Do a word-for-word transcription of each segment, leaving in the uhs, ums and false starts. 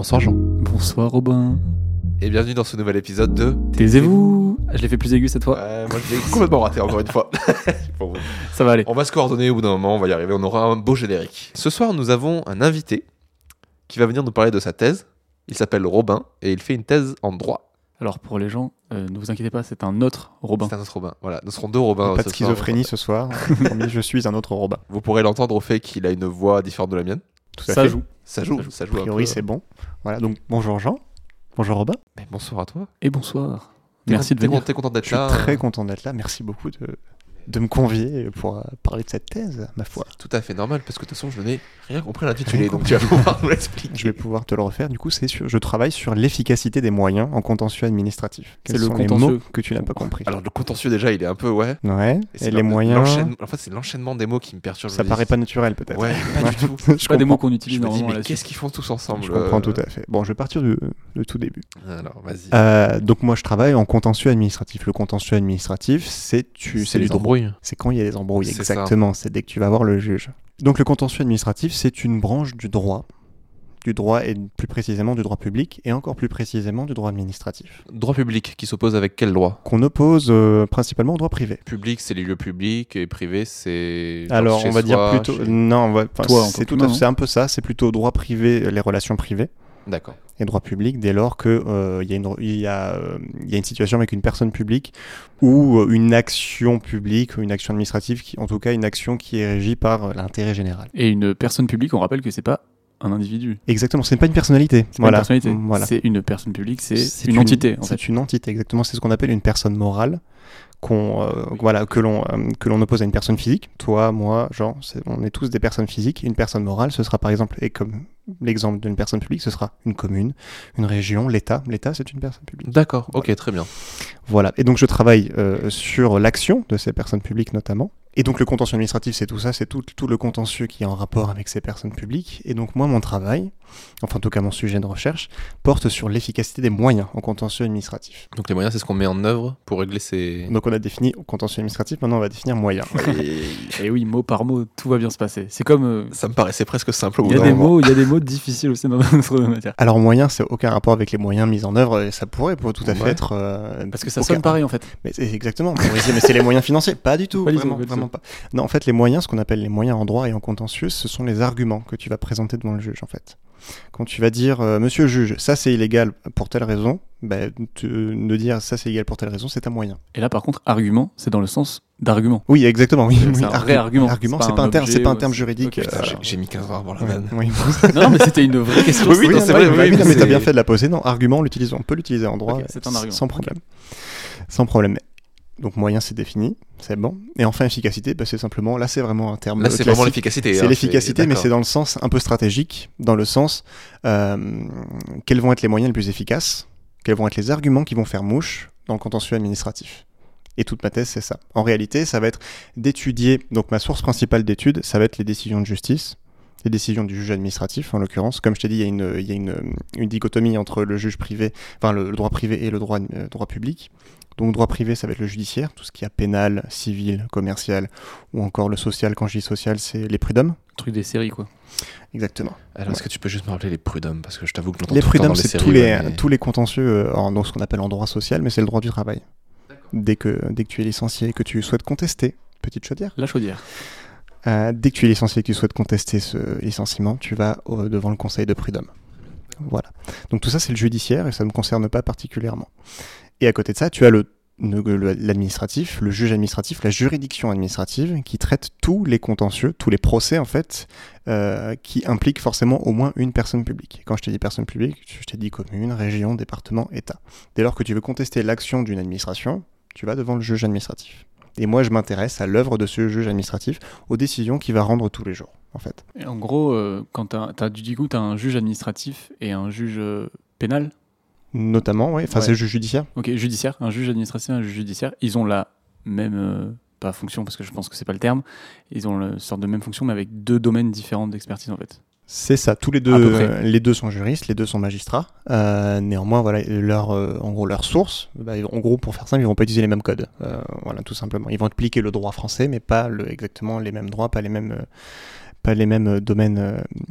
Bonsoir Jean. Bonsoir Robin. Et bienvenue dans ce nouvel épisode de Taisez-vous. Je l'ai fait plus aigu cette fois. Ouais, moi je l'ai complètement raté encore une fois. Bon, ça va aller. On va se coordonner au bout d'un moment, on va y arriver, on aura un beau générique. Ce soir nous avons un invité qui va venir nous parler de sa thèse. Il s'appelle Robin et il fait une thèse en droit. Alors pour les gens, euh, ne vous inquiétez pas, c'est un autre Robin. C'est un autre Robin, voilà. Nous serons deux Robins. Pas de schizophrénie ce soir. Promis, je suis un autre Robin. Vous pourrez l'entendre au fait qu'il a une voix différente de la mienne. Tout à ça fait. joue. Ça joue, ça joue. Ça joue a priori, c'est bon. Voilà, donc bonjour Jean. Bonjour Robin. Mais bonsoir à toi. Et bonsoir. T'es Merci con- de venir. T'es content d'être Je suis là. très content d'être là. Merci beaucoup de, de me convier pour euh, parler de cette thèse, ma foi. C'est tout à fait normal parce que de toute façon je n'ai rien compris à l'intitulé, donc tu vas pouvoir nous l'expliquer. Je vais pouvoir te le refaire. Du coup, c'est sur, je travaille sur l'efficacité des moyens en contentieux administratif. Quels C'est le sont les contentieux. mots que tu n'as pas compris? Alors le contentieux déjà il est un peu ouais. Ouais. Et, Et, c'est les l'en- moyens, l'enchaînement- En fait c'est l'enchaînement des mots qui me perturbe. ça Je me paraît dis, pas naturel peut-être. Ouais, pas du tout. Je C'est pas des mots comprends. qu'on Je utilise me dis normalement mais là-dessus. qu'est-ce qu'ils font tous ensemble? Je comprends euh, tout à fait. Bon, je vais partir du, du tout début. Alors vas-y. Euh, donc moi, je travaille en contentieux administratif. Le contentieux administratif, c'est tu, c'est les embrouilles. embrouilles. C'est quand il y a des embrouilles, C'est ça. exactement. C'est dès que tu vas voir le juge. Donc le contentieux administratif, c'est une branche du droit, du droit et plus précisément du droit public, et encore plus précisément du droit administratif, Droit public qui s'oppose avec quel droit? qu'on oppose euh, principalement au droit privé. Public c'est les lieux publics et privé c'est. genre Alors chez on va dire soi, plutôt, chez- non, on va, enfin, Toi, en c'est tant tout à qu'humain, fait, c'est un peu ça. C'est plutôt droit privé, euh, les relations privées. D'accord. Et droit public dès lors qu'il euh, y, a une- il y, a, euh, il y a une situation avec une personne publique ou euh, une action publique ou une action administrative, qui, en tout cas une action qui est régie par euh, l'intérêt général. Et une personne publique, on rappelle que c'est pas un individu. Exactement, c'est pas une personnalité. C'est voilà. pas une personnalité. Voilà. C'est une personne publique, c'est C'est une, entité en C'est fait. une entité, exactement. C'est ce qu'on appelle une personne morale, qu'on, euh, voilà, que l'on euh, que l'on oppose à une personne physique. Toi, moi, Jean, c'est- on est tous des personnes physiques. Une personne morale, ce sera par exemple, et comme l'exemple d'une personne publique, ce sera une commune, une région, l'État. L'État, c'est une personne publique. D'accord. Ok, très bien. Voilà. Et donc je travaille euh, sur l'action de ces personnes publiques notamment. Et donc le contentieux administratif, c'est tout ça, c'est tout, tout le contentieux qui est en rapport avec ces personnes publiques. Et donc moi, mon travail, enfin en tout cas mon sujet de recherche, porte sur l'efficacité des moyens en contentieux administratif. Donc les moyens c'est ce qu'on met en œuvre pour régler ces. Donc on a défini contentieux administratif, maintenant on va définir moyens. Et- Et oui, mot par mot, tout va bien se passer. C'est comme euh, Ça me paraissait presque simple au bout il y a d'un des moment. mots, il y a des mots difficiles aussi dans notre matière. Alors moyens, c'est aucun rapport avec les moyens mis en œuvre, et ça pourrait pour tout à fait Ouais. être... euh, Parce que ça aucun- sonne pareil en fait. Mais c'est exactement, on pourrait dire, mais c'est les moyens financiers. Pas du tout, Pas du tout, vraiment, pas du vraiment pas. Non, en fait, les moyens, ce qu'on appelle les moyens en droit et en contentieux, ce sont les arguments que tu vas présenter devant le juge, en fait. Quand tu vas dire, euh, monsieur le juge, ça c'est illégal pour telle raison, ben, te- de dire ça c'est illégal pour telle raison, c'est un moyen. Et là par contre, argument, c'est dans le sens d'argument. Oui, exactement. Oui, C'est oui, un vrai argument. Argument, C'est c'est pas pas, un un terme, objet c'est pas un ou- terme juridique. Ok, euh, J'ai- J'ai mis quinze ans à voir la oui, vanne. oui. Non, non, mais c'était une vraie question. Oui, oui, non, c'est vrai, oui, oui, oui, non, mais c'est- t'as bien fait de la poser. Non, argument, on l'utilise, on peut l'utiliser en droit, Ok, c'est un argument. sans problème. Sans problème. Donc moyen, c'est défini, c'est bon. Et enfin efficacité, bah, c'est simplement, là c'est vraiment un terme Là c'est classique. vraiment l'efficacité. C'est hein, l'efficacité, mais d'accord. c'est dans le sens un peu stratégique, dans le sens euh, quels vont être les moyens les plus efficaces, quels vont être les arguments qui vont faire mouche dans le contentieux administratif. Et toute ma thèse, c'est ça. En réalité, ça va être d'étudier, donc ma source principale d'étude, ça va être les décisions de justice, les décisions du juge administratif, en l'occurrence. Comme je t'ai dit, il y a une, il y a une, une dichotomie entre le juge privé, enfin le, le droit privé et le droit, euh, droit public. Donc droit privé, ça va être le judiciaire, tout ce qui est pénal, civil, commercial, ou encore le social. Quand je dis social, c'est les prud'hommes. Truc des séries quoi. Exactement. Alors est-ce que tu peux juste me rappeler les prud'hommes parce que je t'avoue que je l'entends Les tout le temps dans prud'hommes, c'est séries, tous les, ouais, mais- tous les contentieux, euh, en, donc ce qu'on appelle en droit social, mais c'est le droit du travail. Dès que, dès que tu es licencié et que tu souhaites contester, petite chaudière, La chaudière. euh, dès que tu es licencié et que tu souhaites contester ce licenciement, tu vas au- devant le conseil de prud'homme. Voilà. Donc tout ça, c'est le judiciaire et ça ne me concerne pas particulièrement. Et à côté de ça, tu as le le- le- l'administratif, le juge administratif, la juridiction administrative qui traite tous les contentieux, tous les procès en fait, euh, qui impliquent forcément au moins une personne publique. Quand je t'ai dit personne publique, je t'ai dit commune, région, département, État. Dès lors que tu veux contester l'action d'une administration, tu vas devant le juge administratif. Et moi, je m'intéresse à l'œuvre de ce juge administratif, aux décisions qu'il va rendre tous les jours, en fait. Et en gros, euh, quand t'as, t'as, du coup, tu as un juge administratif et un juge euh, pénal. Notamment, oui, enfin Ouais. c'est le juge judiciaire. Ok, judiciaire, un juge administratif et un juge judiciaire. Ils ont la même, euh, pas fonction parce que je pense que c'est pas le terme, ils ont une sorte de même fonction mais avec deux domaines différents d'expertise en fait. C'est ça, tous les À peu deux, près. euh, les deux sont juristes, les deux sont magistrats. Euh, néanmoins, voilà, leur, euh, en gros, leur source, bah, en gros, pour faire simple, ils vont pas utiliser les mêmes codes. Euh, voilà, tout simplement. Ils vont appliquer le droit français, mais pas le, exactement les mêmes droits, pas les mêmes, euh, pas les mêmes euh, domaines euh,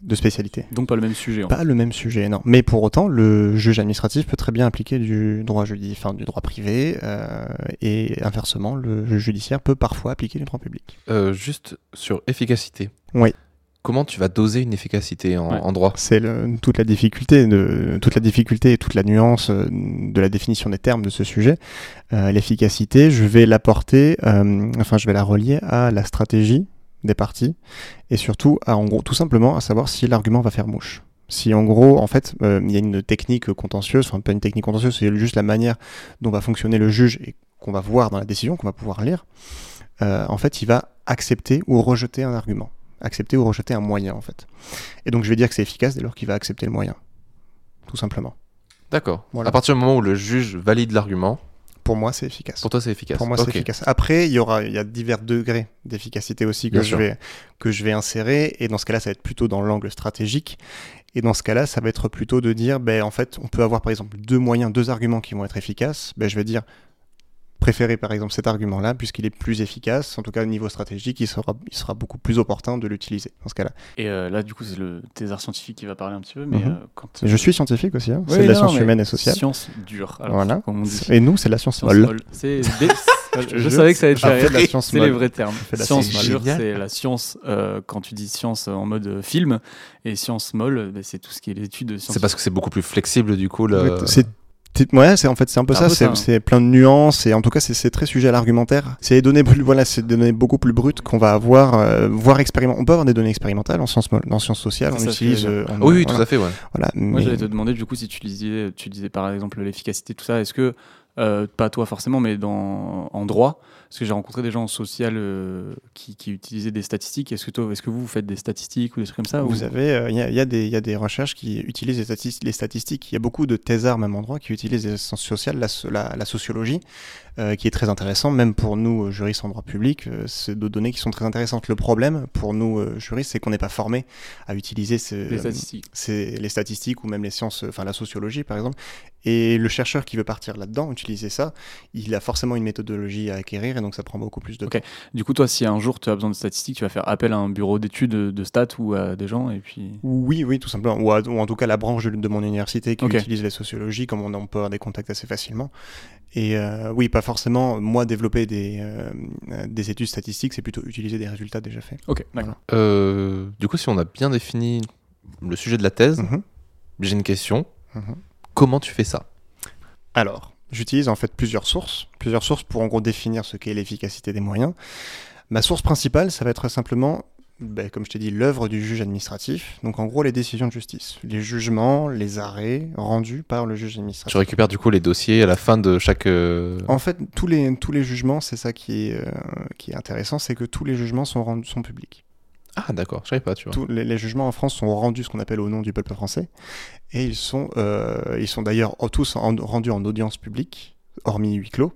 de spécialité. Donc pas le même sujet. En Pas le même sujet, non. Mais pour autant, le juge administratif peut très bien appliquer du droit judi- enfin, du droit privé, euh, et inversement, le juge judiciaire peut parfois appliquer du droit public. Euh, juste sur efficacité. Oui. Comment tu vas doser une efficacité en, Ouais. en droit? C'est le- toute la difficulté, de, toute la difficulté et toute la nuance euh, de la définition des termes de ce sujet. Euh, l'efficacité, je vais l'apporter, euh, enfin, je vais la relier à la stratégie des parties et surtout, à, en gros, tout simplement à savoir si l'argument va faire mouche. Si en gros, en fait, euh, il y a une technique contentieuse, enfin pas une technique contentieuse, c'est juste la manière dont va fonctionner le juge et qu'on va voir dans la décision, qu'on va pouvoir lire. Euh, en fait, il va accepter ou rejeter un argument, accepter ou rejeter un moyen, en fait. Et donc, je vais dire que c'est efficace dès lors qu'il va accepter le moyen, tout simplement. D'accord. Voilà. À partir du moment où le juge valide l'argument, Pour moi, c'est efficace. pour toi c'est efficace. Pour moi, Ok. c'est efficace. Après, il y aura, il y a divers degrés d'efficacité aussi que Bien je sûr. vais que je vais insérer. Et dans ce cas-là, ça va être plutôt dans l'angle stratégique. Et dans ce cas-là, ça va être plutôt de dire, ben en fait, on peut avoir par exemple deux moyens, deux arguments qui vont être efficaces. Ben je vais dire préférer par exemple cet argument-là puisqu'il est plus efficace. En tout cas, au niveau stratégique, il sera, il sera beaucoup plus opportun de l'utiliser dans ce cas-là. Et euh, là, du coup, c'est le thésard scientifique qui va parler un petit peu, mais Mhm. euh, quand Je suis scientifique aussi. Hein. Oui, c'est de la non, science mais humaine et sociale. Science dure. Alors, Voilà. comme on dit. Et nous, c'est de la science, Science molle. molle. C'est des- te je jure, savais que ça allait te c'est faire de la rire. science C'est les molle. vrais termes. de la Science science dure, molle. c'est la science euh, quand tu dis science en mode euh, film, et science molle, bah, c'est tout ce qui est l'étude de science. C'est parce que c'est beaucoup plus flexible du coup. Le... C'est c'est- ouais, c'est en fait c'est un peu Un ça. peu C'est ça, hein. c'est plein de nuances et en tout cas c'est c'est très sujet à l'argumentaire. C'est des données plus, voilà, c'est des données beaucoup plus brutes qu'on va avoir, euh, voire expérimentales. On peut avoir des données expérimentales en sciences mo- en sciences sociales. C'est On ça ce que utilise. je veux euh, on- Oui, oui, voilà, tout à fait, ouais. voilà, Moi, mais- j'allais te demander, du coup, si tu disais, tu disais par exemple l'efficacité, tout ça, est-ce que, euh, pas toi forcément, mais dans, en droit, parce que j'ai rencontré des gens en social euh, qui, qui utilisaient des statistiques, est-ce que, toi, est-ce que vous, vous faites des statistiques ou des trucs comme ça Vous ou... avez, il y, a, y, a des- y a des recherches qui utilisent les, stati- les statistiques. Il y a beaucoup de thésards, même en droit, qui utilisent les sciences sociales, la, so- la, la sociologie, euh, qui est très intéressant. Même pour nous, euh, juristes en droit public, euh, c'est de données qui sont très intéressantes. Le problème, pour nous, euh, juristes, c'est qu'on n'est pas formés à utiliser ces, Des statistiques. c'est les statistiques ou même les sciences, enfin la sociologie par exemple. Et le chercheur qui veut partir là-dedans, utiliser ça, il a forcément une méthodologie à acquérir et donc ça prend beaucoup plus de Ok. temps. Du coup, toi, si un jour tu as besoin de statistiques, tu vas faire appel à un bureau d'études de stats ou à des gens, et puis... Oui, oui, tout simplement. Ou, à- ou en tout cas la branche de, de mon université qui Ok. utilise la sociologie, comme on, on peut avoir des contacts assez facilement. Et euh, oui, pas forcément, moi, développer des, euh, des études statistiques, c'est plutôt utiliser des résultats déjà faits. Ok, d'accord. Euh, du coup, si on a bien défini le sujet de la thèse, Mhm, j'ai une question. mhm. Comment tu fais ça? Alors, j'utilise en fait plusieurs sources, plusieurs sources pour en gros définir ce qu'est l'efficacité des moyens. Ma source principale, ça va être simplement, ben, comme je t'ai dit, l'œuvre du juge administratif. Donc en gros, les décisions de justice, les jugements, les arrêts rendus par le juge Tu administratif. récupères du coup les dossiers à la fin de chaque... euh, En fait, tous les, tous les jugements, c'est ça qui est, euh, qui est intéressant, c'est que tous les jugements sont, rendus, sont publics. Ah d'accord, je savais pas, tu vois. Tous les, les jugements en France sont rendus ce qu'on appelle au nom du peuple français. Et ils sont, euh, ils sont d'ailleurs tous en- rendus en audience publique, hormis huis clos.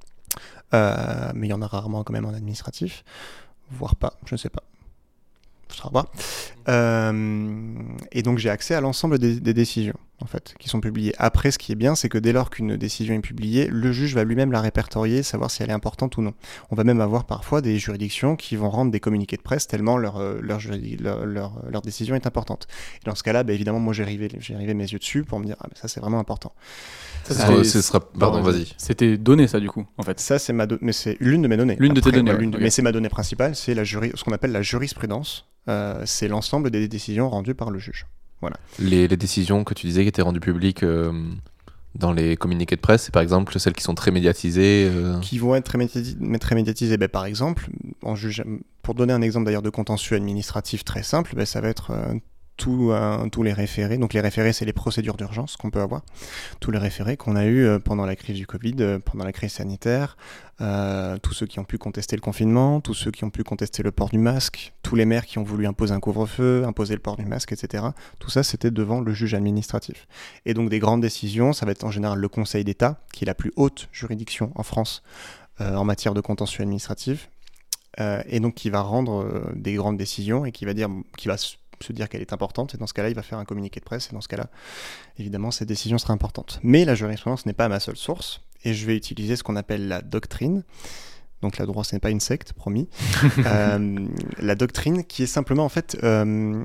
Euh, mais il y en a rarement quand même en administratif. Voire pas, je ne sais pas. Ce sera à voir. Euh, et donc j'ai accès à l'ensemble des, des décisions en fait, qui sont publiées. Après, ce qui est bien, c'est que dès lors qu'une décision est publiée, le juge va lui-même la répertorier, savoir si elle est importante ou non. On va même avoir parfois des juridictions qui vont rendre des communiqués de presse tellement leur, euh, leur, juridi- leur, leur, leur décision est importante. Et dans ce cas-là, bah, évidemment, moi j'ai rivé, j'ai rivé mes yeux dessus pour me dire, ah, mais ça c'est vraiment important. Ça, Ah, c'était- ce sera... Pardon, vas-y. C'était donné, ça, du coup, en fait. Ça, c'est ma do- mais c'est l'une de mes données. L'une de tes Après, données, ouais, ouais, l'une de- ok. Mais c'est ma donnée principale, c'est la juri- ce qu'on appelle la jurisprudence. Euh, c'est l'ensemble des décisions rendues par le juge. Les, les décisions que tu disais qui étaient rendues publiques euh, dans les communiqués de presse, c'est par exemple celles qui sont très médiatisées. euh, Qui vont être très, médiati- mais très médiatisées. Ben, par exemple, en juge... pour donner un exemple d'ailleurs de contentieux administratif très simple, ben, ça va être euh, tout, euh, tous les référés. Donc les référés, c'est les procédures d'urgence qu'on peut avoir. Tous les référés qu'on a eu euh, pendant la crise du Covid, euh, pendant la crise sanitaire, euh, tous ceux qui ont pu contester le confinement, tous ceux qui ont pu contester le port du masque, tous les maires qui ont voulu imposer un couvre-feu, imposer le port du masque, et cetera. Tout ça, c'était devant le juge administratif. Et donc des grandes décisions, ça va être en général le Conseil d'État, qui est la plus haute juridiction en France euh, en matière de contentieux administratif, euh, et donc qui va rendre euh, des grandes décisions et qui va dire, qui va s- se dire qu'elle est importante, et dans ce cas-là, il va faire un communiqué de presse, et dans ce cas-là, évidemment, cette décision sera importante. Mais la jurisprudence n'est pas ma seule source, et je vais utiliser ce qu'on appelle la doctrine. donc la droit ce n'est pas une secte, promis. euh, la doctrine qui est simplement en fait euh,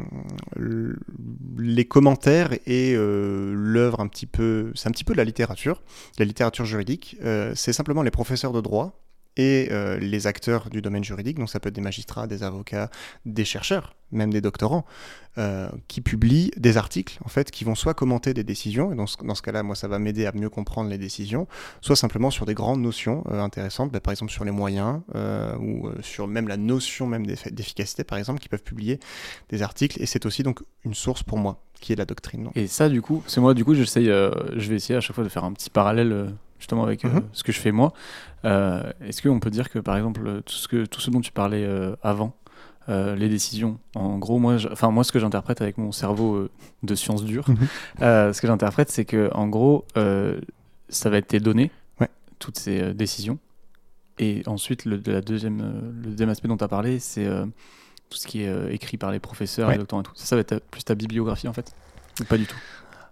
les commentaires et euh, l'œuvre un petit peu, c'est un petit peu de la littérature, la littérature juridique, euh, c'est simplement les professeurs de droit et euh, les acteurs du domaine juridique, donc ça peut être des magistrats, des avocats, des chercheurs, même des doctorants, euh, qui publient des articles en fait, qui vont soit commenter des décisions, et dans ce, dans ce cas-là, moi ça va m'aider à mieux comprendre les décisions, soit simplement sur des grandes notions euh, intéressantes, bah, par exemple sur les moyens, euh, ou euh, sur même la notion même d'eff- d'efficacité, par exemple, qui peuvent publier des articles, et c'est aussi donc une source pour moi, qui est la doctrine. Donc. Et ça, du coup, c'est moi, du coup, j'essaye, euh, je vais essayer à chaque fois de faire un petit parallèle euh, justement avec euh, Mhm. ce que je fais moi. Euh, est-ce qu'on peut dire que, par exemple, tout ce, que, tout ce dont tu parlais euh, avant, euh, les décisions, en gros, moi, je- enfin, moi, ce que j'interprète avec mon cerveau euh, de sciences dures, Mhm. euh, ce que j'interprète, c'est que, en gros, euh, ça va être tes données, Ouais. toutes ces euh, décisions. Et ensuite, le, de la deuxième, euh, le deuxième aspect dont tu as parlé, c'est euh, tout ce qui est euh, écrit par les professeurs, Ouais. les doctorants et tout. Ça, ça va être plus ta bibliographie, en fait. Ou pas du tout.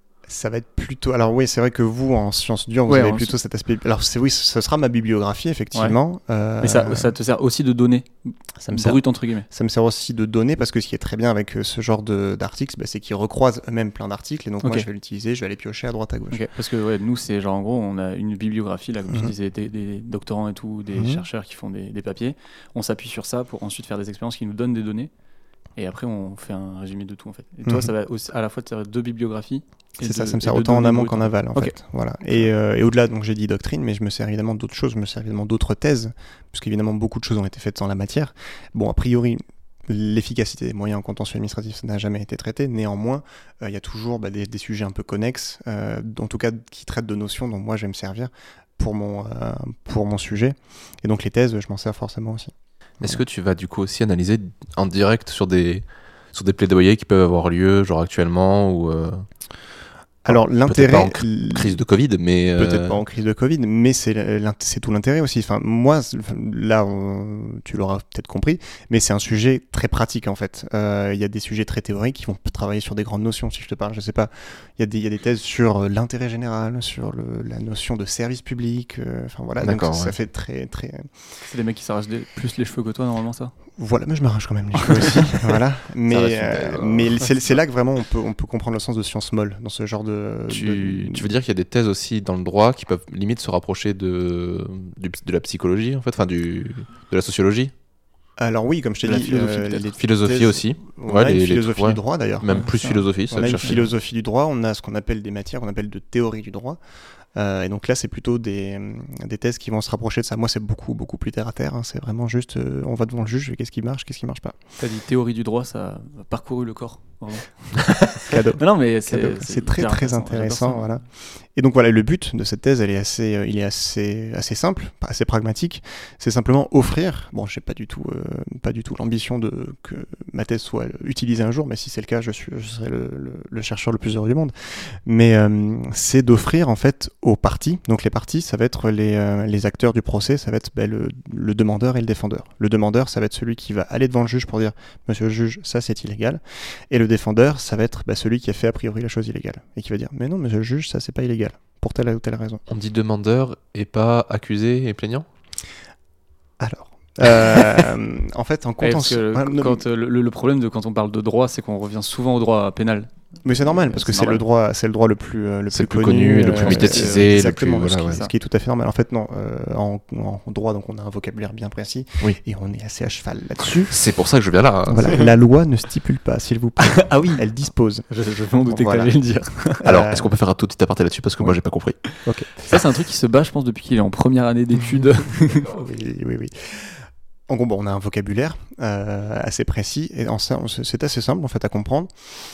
Ça va être plutôt. Alors oui, c'est vrai que vous, en sciences dures, vous Ouais, avez en plutôt cet aspect. Alors c'est oui, ce sera ma bibliographie effectivement. Euh, Mais ça, ça te sert aussi de données ça me sert. brutes, entre guillemets. Ça me sert aussi de données parce que ce qui est très bien avec euh, ce genre de- d'articles, bah, c'est qu'ils recroisent eux-mêmes plein d'articles et donc moi Ok. je vais l'utiliser, je vais aller piocher à droite à gauche. Ok, parce que ouais, nous, c'est genre en gros, on a une bibliographie, là, comme tu Mhm. disais, des, des doctorants et tout, des Mhm. chercheurs qui font des, des papiers. On s'appuie sur ça pour ensuite faire des expériences qui nous donnent des données. Et après, on fait un résumé de tout, en fait. Et toi, Mhm. ça va aussi, à la fois te servir de bibliographie. et C'est ça, de- ça me et sert de autant en données amont brutes, qu'en aval en Ok. fait. Voilà. Et, euh, et au-delà, donc j'ai dit doctrine, mais je me sers évidemment d'autres choses, je me sers évidemment d'autres thèses, parce qu'évidemment beaucoup de choses ont été faites dans la matière. Bon, a priori, l'efficacité des moyens en contentieux administratif, ça n'a jamais été traité. Néanmoins, euh, il y a toujours bah, des, des sujets un peu connexes, euh, en tout cas qui traitent de notions dont moi je vais me servir pour mon, euh, pour mon sujet. Et donc les thèses, je m'en sers forcément aussi. Est-ce que tu vas du coup aussi analyser en direct sur des, sur des plaidoyers qui peuvent avoir lieu, genre actuellement, ou euh, Alors peut-être l'intérêt... pas en cr- crise de Covid, mais euh, Peut-être pas en crise de Covid, mais c'est l'int- c'est tout l'intérêt aussi. Enfin, moi, c'est- enfin, là, on- tu l'auras peut-être compris, mais c'est un sujet très pratique en fait. Euh, Il y a des sujets très théoriques qui vont travailler sur des grandes notions. Si je te parle, je sais pas, il y a des, il y a des thèses sur euh, l'intérêt général, sur le, la notion de service public. euh, Enfin voilà, donc D'accord, ça, ça ouais. fait très très. C'est des mecs qui s'arrachent des- plus les cheveux que toi, normalement, ça. Voilà, mais je m'arrache quand même les cheveux aussi. Voilà, reste mais une euh, thèse, hein. mais c'est c'est là que vraiment on peut on peut comprendre le sens de science molle dans ce genre de. tu, de- tu veux dire qu'il y a des thèses aussi dans le droit qui peuvent limite se rapprocher de, du- de la psychologie, en fait, enfin du, de la sociologie, Alors oui, comme je t'ai De la dit, philosophie, euh, peut-être. les philosophie thèses- aussi, On Ouais, a les- une les philosophie trucs, ouais. du droit d'ailleurs. même Ouais, plus ça. philosophie. ça, On a je une cherchais. philosophie du droit, on a ce qu'on appelle des matières qu'on appelle de théorie du droit. Euh, et donc là, c'est plutôt des, des thèses qui vont se rapprocher de ça. Moi, c'est beaucoup, beaucoup plus terre à terre. hein. C'est vraiment juste, euh, on va devant le juge, qu'est-ce qui marche, qu'est-ce qui marche pas. T'as dit théorie du droit, ça a parcouru le corps. Vraiment. Cadeau. Mais non, mais c'est Cadeau. C'est très, hyper très j'adore intéressant. ça. Voilà. Et donc voilà, le but de cette thèse, elle est assez, euh, il est assez, assez simple, assez pragmatique. C'est simplement offrir. Bon, j'ai pas du tout, euh, pas du tout l'ambition de que ma thèse soit utilisée un jour, mais si c'est le cas, je suis, je serai le, le- le chercheur le plus heureux du monde. Mais euh, c'est d'offrir en fait aux parties. Donc les parties, ça va être les, euh, les acteurs du procès, ça va être ben, le, le demandeur et le défendeur. Le demandeur, ça va être celui qui va aller devant le juge pour dire, Monsieur le juge, ça c'est illégal. Et le défendeur, ça va être ben, celui qui a fait a priori la chose illégale et qui va dire, mais non, Monsieur le juge, ça c'est pas illégal pour telle ou telle raison. On dit demandeur et pas accusé et plaignant. Alors, euh, en fait, en Ouais, parce contentieux, que ah, non, quand, euh, le, le problème de quand on parle de droit, c'est qu'on revient souvent au droit pénal. mais c'est normal parce que c'est c'est le normal. droit, c'est le droit le plus, euh, le C'est plus le plus connu et le plus euh, médiatisé, euh, le exactement, plus- ce, voilà, qui, ouais. ce qui est tout à fait normal. En fait, non, euh, en, en droit, donc on a un vocabulaire bien précis Oui. et on est assez à cheval là-dessus. C'est pour ça que je viens là. hein. Voilà, la loi ne stipule pas, s'il vous plaît. Ah oui, Elle dispose. je, je vais m'en douter Voilà. que t'allais le dire. Alors, Euh, est-ce qu'on peut faire un tout petit aparté là-dessus parce que moi ouais. j'ai pas compris. Ça, c'est un truc qui se bat, je pense, depuis qu'il est en première année d'études. oui, oui, oui. En gros, bon, on a un vocabulaire euh, assez précis et en ça, c'est c'est assez simple en fait à comprendre.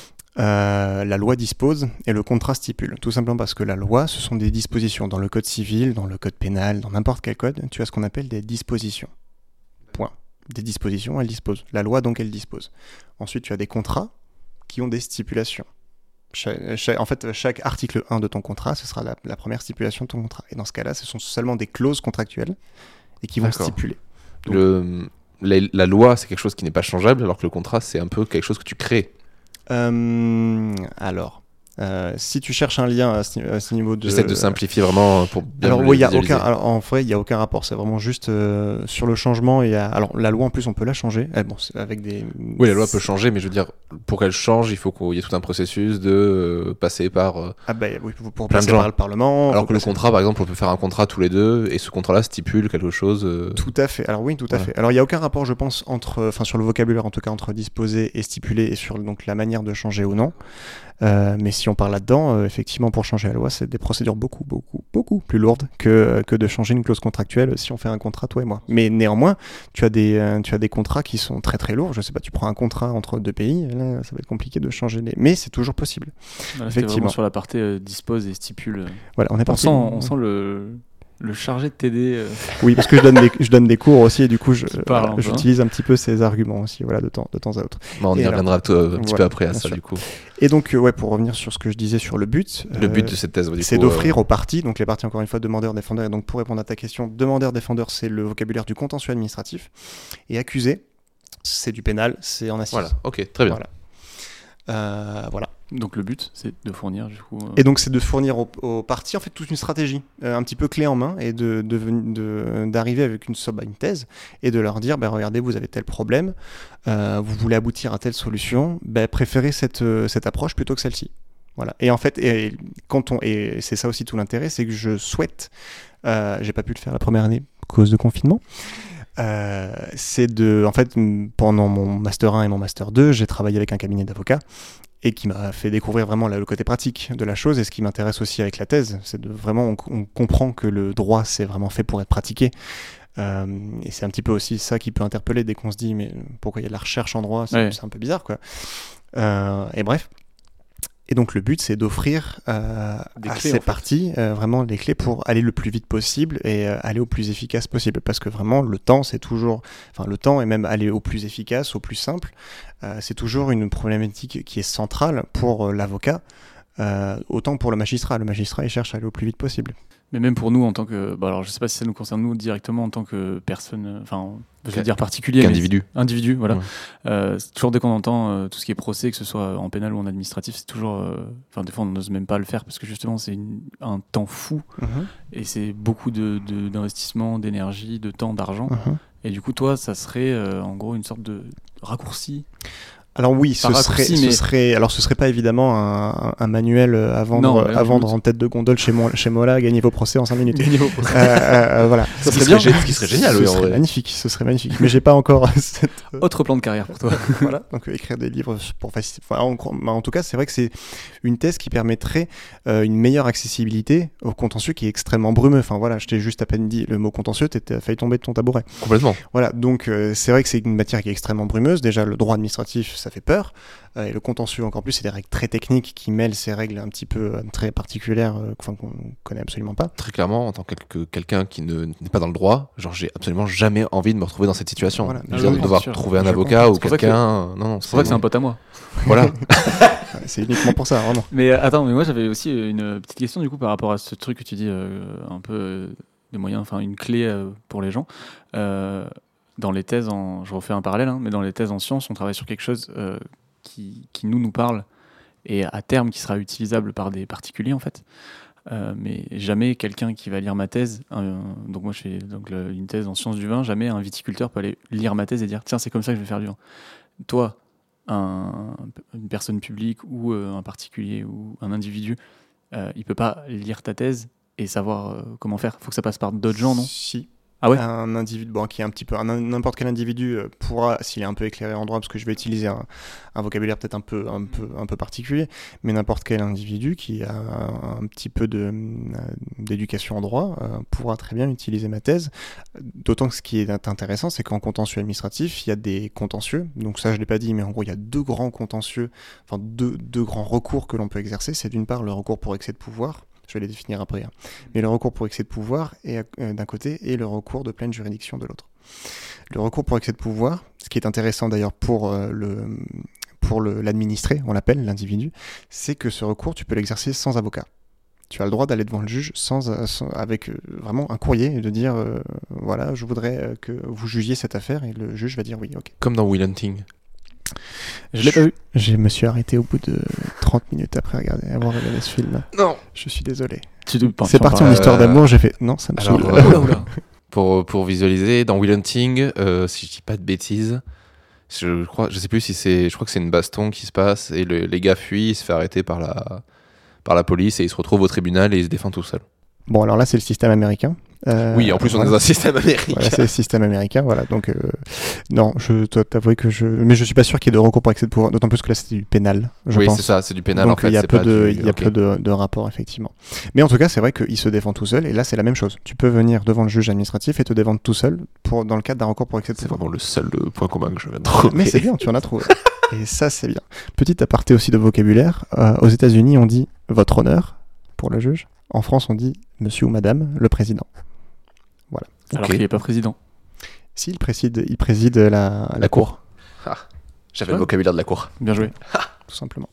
Euh, la loi dispose et le contrat stipule. Tout simplement parce que la loi, ce sont des dispositions. Dans le code civil, dans le code pénal, dans n'importe quel code, tu as ce qu'on appelle des dispositions. Point. Des dispositions, elles disposent. La loi, donc, elle dispose. Ensuite, tu as des contrats qui ont des stipulations. Cha- cha- en fait, chaque article un de ton contrat, ce sera la, la première stipulation de ton contrat. Et dans ce cas-là, ce sont seulement des clauses contractuelles et qui vont D'accord. stipuler. Donc- Le, la, la loi, c'est quelque chose qui n'est pas changeable, alors que le contrat, c'est un peu quelque chose que tu crées. Euh, alors, Euh, si tu cherches un lien à ce, à ce niveau de... J'essaie de simplifier vraiment pour bien Alors le oui, il y a visualiser. aucun. Alors, en vrai, il y a aucun rapport. C'est vraiment juste euh, sur le changement. Il y a. Alors la loi en plus, on peut la changer. Eh, bon, c'est avec des. Oui, la loi peut changer, mais je veux dire, pour qu'elle change, il faut qu'il y ait tout un processus de euh, passer par... euh, Ah bah oui, pour, pour Plein de passer gens. par le Parlement. Alors faut que le passer- contrat, par exemple, on peut faire un contrat tous les deux, et ce contrat-là stipule quelque chose... euh, Tout à fait. Alors oui, tout à Voilà. fait. Alors il y a aucun rapport, je pense, entre, enfin sur le vocabulaire en tout cas, entre disposer et stipuler, et sur donc la manière de changer ou non. Euh, mais si on parle là-dedans, euh, effectivement, pour changer la loi, c'est des procédures beaucoup, beaucoup, beaucoup plus lourdes que, que de changer une clause contractuelle si on fait un contrat, toi et moi. Mais néanmoins, tu as des, euh, tu as des contrats qui sont très très lourds. Je sais pas, tu prends un contrat entre deux pays, là, ça va être compliqué de changer les. Mais c'est toujours possible. Voilà, c'était Effectivement. vraiment sur la partie euh, dispose et stipule. euh. Voilà, on est On parti. sent, on sent le, le chargé de t'aider. euh. Oui, parce que je donne des, je donne des cours aussi, et du coup, je, Qui parle voilà, un peu, j'utilise un petit peu ces arguments aussi, voilà, de temps, de temps à autre. bah, on Et y alors- reviendra tout- un petit Voilà, peu après à bien ça, sûr. du coup. Et donc, euh, ouais, pour revenir sur ce que je disais sur le but, Le euh, but de cette thèse, du c'est coup, d'offrir euh, aux parties, donc les parties encore une fois demandeurs, défendeurs, et donc pour répondre à ta question, demandeur, défendeur, c'est le vocabulaire du contentieux administratif, et accusé, c'est du pénal, c'est en assise. Voilà, ok, très bien. Voilà. Euh, voilà. Donc le but, c'est de fournir du coup. euh, Et donc c'est de fournir aux, aux parties en fait toute une stratégie, euh, un petit peu clé en main, et de, de, de- d'arriver avec une, bah, une thèse et de leur dire, bah, regardez, vous avez tel problème, euh, vous voulez aboutir à telle solution, bah, préférez cette, euh, cette approche plutôt que celle-ci. Voilà. Et en fait, et, quand on, et c'est ça aussi tout l'intérêt, c'est que je souhaite, euh, j'ai pas pu le faire la première année à cause de confinement. Euh, c'est de, en fait, m- pendant mon master un et mon master deux, j'ai travaillé avec un cabinet d'avocats et qui m'a fait découvrir vraiment la- le côté pratique de la chose. Et ce qui m'intéresse aussi avec la thèse, c'est de vraiment, on, on comprend que le droit, c'est vraiment fait pour être pratiqué. Euh, et c'est un petit peu aussi ça qui peut interpeller dès qu'on se dit, mais pourquoi il y a de la recherche en droit, c'est Ouais. c'est un peu bizarre, quoi. Euh, et bref. Et donc le but, c'est d'offrir euh, Des à clés, ces en fait. parties euh, vraiment les clés pour aller le plus vite possible et euh, aller au plus efficace possible. Parce que vraiment, le temps, c'est toujours, enfin le temps et même aller au plus efficace, au plus simple, euh, c'est toujours une problématique qui est centrale pour euh, l'avocat, euh, autant pour le magistrat. Le magistrat, il cherche à aller au plus vite possible. Mais même pour nous en tant que, bah alors je sais pas si ça nous concerne nous directement en tant que personne, euh, enfin je vais Qu'in- dire particulier, mais Qu'individu. individu, voilà. Ouais. Euh, c'est toujours dès qu'on entend euh, tout ce qui est procès, que ce soit en pénal ou en administratif, c'est toujours, euh, enfin des fois on n'ose même pas le faire parce que justement c'est une- un temps fou et c'est beaucoup de, de- d'investissement, d'énergie, de temps, d'argent. Mhm. Et du coup toi ça serait euh, en gros une sorte de raccourci. Alors oui, ce Par serait, raccourci, ce mais- serait, alors ce serait pas évidemment un, un manuel à vendre, Non, mais là, à je vendre doute. en tête de gondole chez, Mo- chez Mola, gagner vos procès en cinq minutes. Gagner vos Euh, procès. euh, euh, voilà. Ça Ce serait serait bien. bien. Ce qui serait génial, ce oui, en serait vrai. magnifique, ce serait magnifique. Mais j'ai pas encore cette. Autre plan de carrière pour toi. Voilà, donc euh, écrire des livres pour faciliter. Enfin, en, bah, en tout cas, c'est vrai que c'est une thèse qui permettrait euh, une meilleure accessibilité au contentieux qui est extrêmement brumeux. Enfin voilà, je t'ai juste à peine dit le mot contentieux, t'as failli tomber de ton tabouret. Complètement. Voilà, donc euh, c'est vrai que c'est une matière qui est extrêmement brumeuse. Déjà, le droit administratif, ça fait peur. Euh, et le contentieux, encore plus, c'est des règles très techniques qui mêlent ces règles un petit peu euh, très particulières, euh, enfin, qu'on connaît absolument pas. Très clairement, en tant que que quelqu'un qui ne- n'est pas dans le droit, genre j'ai absolument jamais envie de me retrouver dans cette situation. Voilà. Je veux Ah dire, oui, de oui, devoir c'est sûr. trouver un Je avocat ou C'est pour ça que- quelqu'un. Non, non, C'est pour ça que c'est un pote à moi. Voilà. Ouais, c'est uniquement pour ça, vraiment. Mais euh, attends, mais moi j'avais aussi euh, une petite question du coup par rapport à ce truc que tu dis, euh, un peu euh, des moyens, enfin une clé euh, pour les gens. Euh, dans les thèses, en, je refais un parallèle, hein, mais dans les thèses en sciences, on travaille sur quelque chose euh, qui, qui nous nous parle et à terme qui sera utilisable par des particuliers en fait. Euh, mais jamais quelqu'un qui va lire ma thèse, euh, donc moi je fais donc, le- une thèse en sciences du vin, jamais un viticulteur peut aller lire ma thèse et dire tiens c'est comme ça que je vais faire du vin. Toi, un- une personne publique ou euh, un particulier ou un individu, euh, il peut pas lire ta thèse et savoir euh, comment faire. Il faut que ça passe par d'autres gens, non? Si. Ah ouais. Un individu, bon, qui est un petit peu, un- n'importe quel individu euh, pourra, s'il est un peu éclairé en droit, parce que je vais utiliser un, un vocabulaire peut-être un peu, un peu, un peu particulier, mais n'importe quel individu qui a un, un petit peu de, euh, d'éducation en droit euh, pourra très bien utiliser ma thèse. D'autant que ce qui est intéressant, c'est qu'en contentieux administratif, il y a des contentieux. Donc ça, je l'ai pas dit, mais en gros, il y a deux grands contentieux, enfin deux, deux grands recours que l'on peut exercer. C'est d'une part le recours pour excès de pouvoir. Je vais les définir après. Hein. Mais le recours pour excès de pouvoir est euh, d'un côté et le recours de pleine juridiction de l'autre. Le recours pour excès de pouvoir, ce qui est intéressant d'ailleurs pour euh, le pour le, l'administré, on l'appelle l'individu, c'est que ce recours, tu peux l'exercer sans avocat. Tu as le droit d'aller devant le juge sans, euh, sans avec euh, vraiment un courrier et de dire euh, voilà, je voudrais euh, que vous jugiez cette affaire et le juge va dire oui, ok. Comme dans Will Hunting. Je l'ai pas vu. Je me suis arrêté au bout de trente minutes après regarder, avoir regardé ce film. Non. Je suis désolé. Tu te- C'est parti en euh, histoire d'amour, j'ai fait non, ça me alors, saoule. euh, Oula, oula. Pour, pour visualiser, dans Will Hunting, euh, si je dis pas de bêtises, je crois, je sais plus si c'est, je crois que c'est une baston qui se passe et le, les gars fuient, il se fait arrêter par la, par la police et il se retrouve au tribunal et il se défend tout seul. Bon, alors là, c'est le système américain. Euh, oui, en plus on voilà. est dans un système américain. Voilà, c'est le système américain, voilà. Donc, euh, non, je dois t'avouer que je. Mais je suis pas sûr qu'il y ait de recours pour excès de pouvoir, d'autant plus que là, c'était du pénal, je oui, pense. c'est ça, c'est du pénal Donc, en fait. il y a c'est peu pas de, du- il y a ok. peu de, de rapports, effectivement. Mais en tout cas, c'est vrai qu'il se défend tout seul, et là, c'est la même chose. Tu peux venir devant le juge administratif et te défendre tout seul pour, dans le cadre d'un recours pour excès de C'est pouvoir. vraiment le seul euh, point commun que je viens de trouver. Mais c'est bien, tu en as trouvé. Et ça, c'est bien. Petit aparté aussi de vocabulaire. Euh, aux États-Unis, on dit votre honneur pour le juge. En France, on dit monsieur ou madame le président. Alors Ok. qu'il n'est pas président. Si, il préside, il préside la, la, La cour. Ah, j'avais Ouais. le vocabulaire de la cour. Bien joué. tout simplement.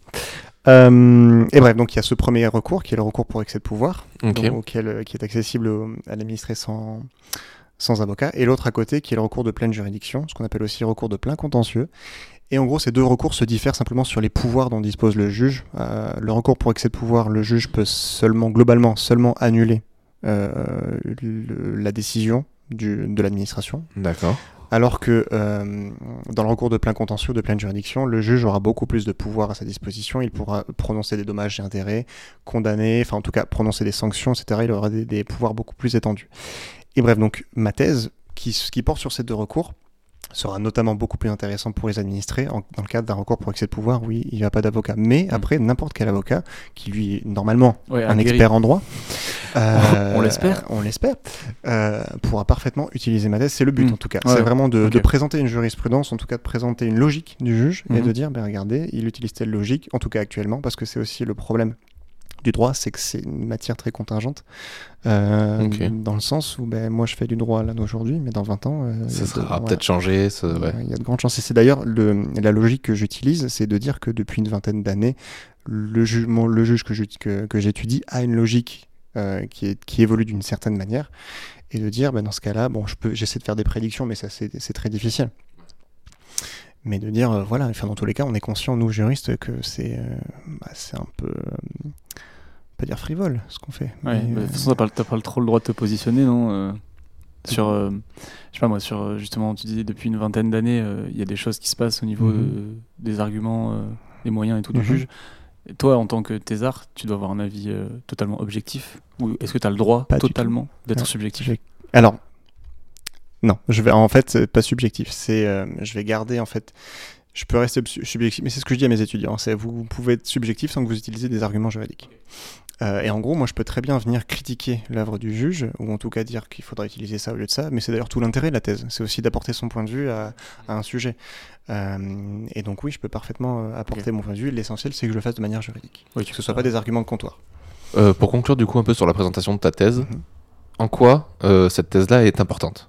Euh, et bref, donc il y a ce premier recours qui est le recours pour excès de pouvoir, Ok. donc, auquel, qui est accessible au- à l'administré sans, sans avocat, et l'autre à côté qui est le recours de pleine juridiction, ce qu'on appelle aussi recours de plein contentieux. Et en gros, ces deux recours se diffèrent simplement sur les pouvoirs dont dispose le juge. Euh, le recours pour excès de pouvoir, le juge peut seulement, globalement, seulement annuler euh, le- la décision du, de l'administration. D'accord. Alors que euh, dans le recours de plein contentieux, de pleine juridiction, le juge aura beaucoup plus de pouvoir à sa disposition. Il pourra prononcer des dommages et intérêts, condamner, enfin en tout cas prononcer des sanctions, et cetera. Il aura des, des pouvoirs beaucoup plus étendus. Et bref, donc ma thèse, qui, qui porte sur ces deux recours, sera notamment beaucoup plus intéressant pour les administrés. En, dans le cadre d'un recours pour excès de pouvoir, oui, il n'y a pas d'avocat. Mais Mm. après, n'importe quel avocat, qui lui est normalement Ouais, un aguerri. expert en droit, euh, On l'espère. on l'espère, euh, pourra parfaitement utiliser ma thèse. C'est le but Mm. en tout cas. Ouais. C'est vraiment de, Ok. de présenter une jurisprudence, en tout cas de présenter une logique du juge et Mhm. de dire, ben regardez, il utilise telle logique, en tout cas actuellement, parce que c'est aussi le problème du droit, c'est que c'est une matière très contingente, euh, Ok. dans le sens où ben, moi je fais du droit là d'aujourd'hui, mais dans vingt ans, euh, il y Ça a sera de- voilà. peut-être changé. ça- ouais. Il y a de grandes chances. Et c'est d'ailleurs le- la logique que j'utilise, c'est de dire que depuis une vingtaine d'années, le, ju- mon- le juge que, je- que, que j'étudie a une logique euh, qui, est, qui évolue d'une certaine manière, et de dire, ben, dans ce cas-là, bon, je peux, j'essaie de faire des prédictions, mais ça c'est, c'est très difficile. Mais de dire, euh, voilà, enfin, dans tous les cas, on est conscient, nous juristes, que c'est, euh, bah, c'est un peu, euh, on peut dire frivole ce qu'on fait. Ouais, Mais, bah, de euh, toute façon, t'as pas, t'as pas trop le droit de te positionner, non euh, Sur, euh, je sais pas moi, sur euh, justement, tu disais depuis une vingtaine d'années, euh, il y a des choses qui se passent au niveau Mhm. de- des arguments, euh, des moyens et tout du Mhm. juge. Et toi, en tant que thésard, tu dois avoir un avis euh, totalement objectif. Ou est-ce que tu as le droit Pas du totalement d'être Ouais, subjectif je- Alors, non, je vais en fait c'est pas subjectif. C'est, euh, je vais garder en fait. Je peux rester su- subjectif, mais c'est ce que je dis à mes étudiants. C'est vous pouvez être subjectif sans que vous utilisez des arguments juridiques. Euh, et en gros, moi, je peux très bien venir critiquer l'œuvre du juge, ou en tout cas dire qu'il faudrait utiliser ça au lieu de ça. Mais c'est d'ailleurs tout l'intérêt de la thèse. C'est aussi d'apporter son point de vue à, à un sujet. Euh, et donc oui, je peux parfaitement euh, apporter Ok. mon point de vue. L'essentiel, c'est que je le fasse de manière juridique, Oui, que ce soit pas des arguments de comptoir. Euh, pour conclure du coup un peu sur la présentation de ta thèse, Mhm. en quoi euh, cette thèse-là est importante?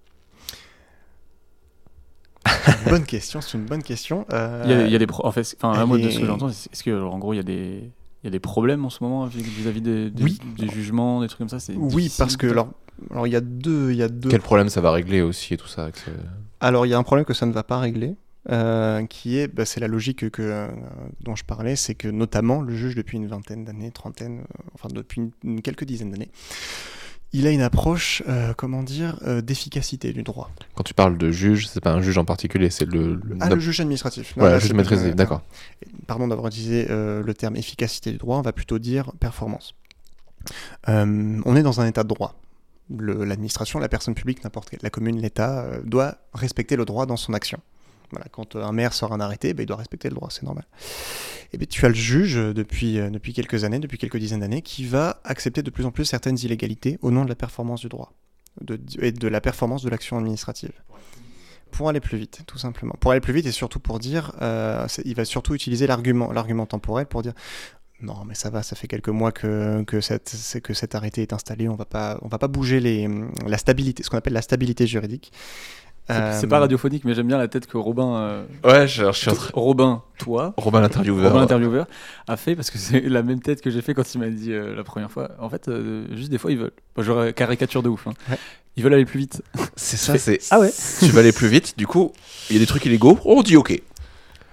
Bonne question, c'est une bonne question. Euh, Il y a, il y a des pro- en fait, c'est- enfin, à elle moi de est- ce que j'entends, c'est- est-ce que alors, en gros il y a des il y a des problèmes en ce moment avec- vis-à-vis des, des, Oui. des jugements, des trucs comme ça. C'est Oui, difficile, parce que peut-être alors, alors il y a deux, il y a deux. Quel problème ça va régler aussi et tout ça avec ce- Alors il y a un problème que ça ne va pas régler, euh, qui est, bah, c'est la logique que, euh, dont je parlais, c'est que notamment le juge depuis une vingtaine d'années, trentaine, euh, enfin depuis une- une- quelques dizaines d'années, il a une approche, euh, comment dire, euh, d'efficacité du droit. Quand tu parles de juge, c'est pas un juge en particulier, c'est le, le... Ah, le juge administratif. Non, Voilà, là, juge c'est- maîtrisé, euh, d'accord. Pardon d'avoir utilisé euh, le terme efficacité du droit, on va plutôt dire performance. Euh, on est dans un état de droit. Le- L'administration, la personne publique, n'importe quelle, la commune, l'État, euh, doit respecter le droit dans son action. Voilà, quand euh, un maire sort un arrêté, ben, il doit respecter le droit, c'est normal. Et bien, tu as le juge euh, depuis, euh, depuis quelques années, depuis quelques dizaines d'années, qui va accepter de plus en plus certaines illégalités au nom de la performance du droit de, et de la performance de l'action administrative. Pour aller plus vite, tout simplement. Pour aller plus vite et surtout pour dire, euh, c'est- il va surtout utiliser l'argument, l'argument temporel pour dire non, mais ça va, ça fait quelques mois que, que, cette, c'est que cet arrêté est installé, on va pas, on va pas bouger les, la stabilité, ce qu'on appelle la stabilité juridique. C'est Euh, c'est pas radiophonique, mais j'aime bien la tête que Robin, euh, Ouais, je, je suis en train... Robin, toi, Robin l'intervieweur. Robin l'intervieweur, a fait parce que c'est la même tête que j'ai fait quand il m'a dit euh, la première fois. En fait, euh, juste des fois, ils veulent. Bon, je caricature de ouf. Hein. Ouais. Ils veulent aller plus vite. C'est ça, c'est... Ah ouais. Tu vas aller plus vite, du coup, il y a des trucs illégaux, on dit ok.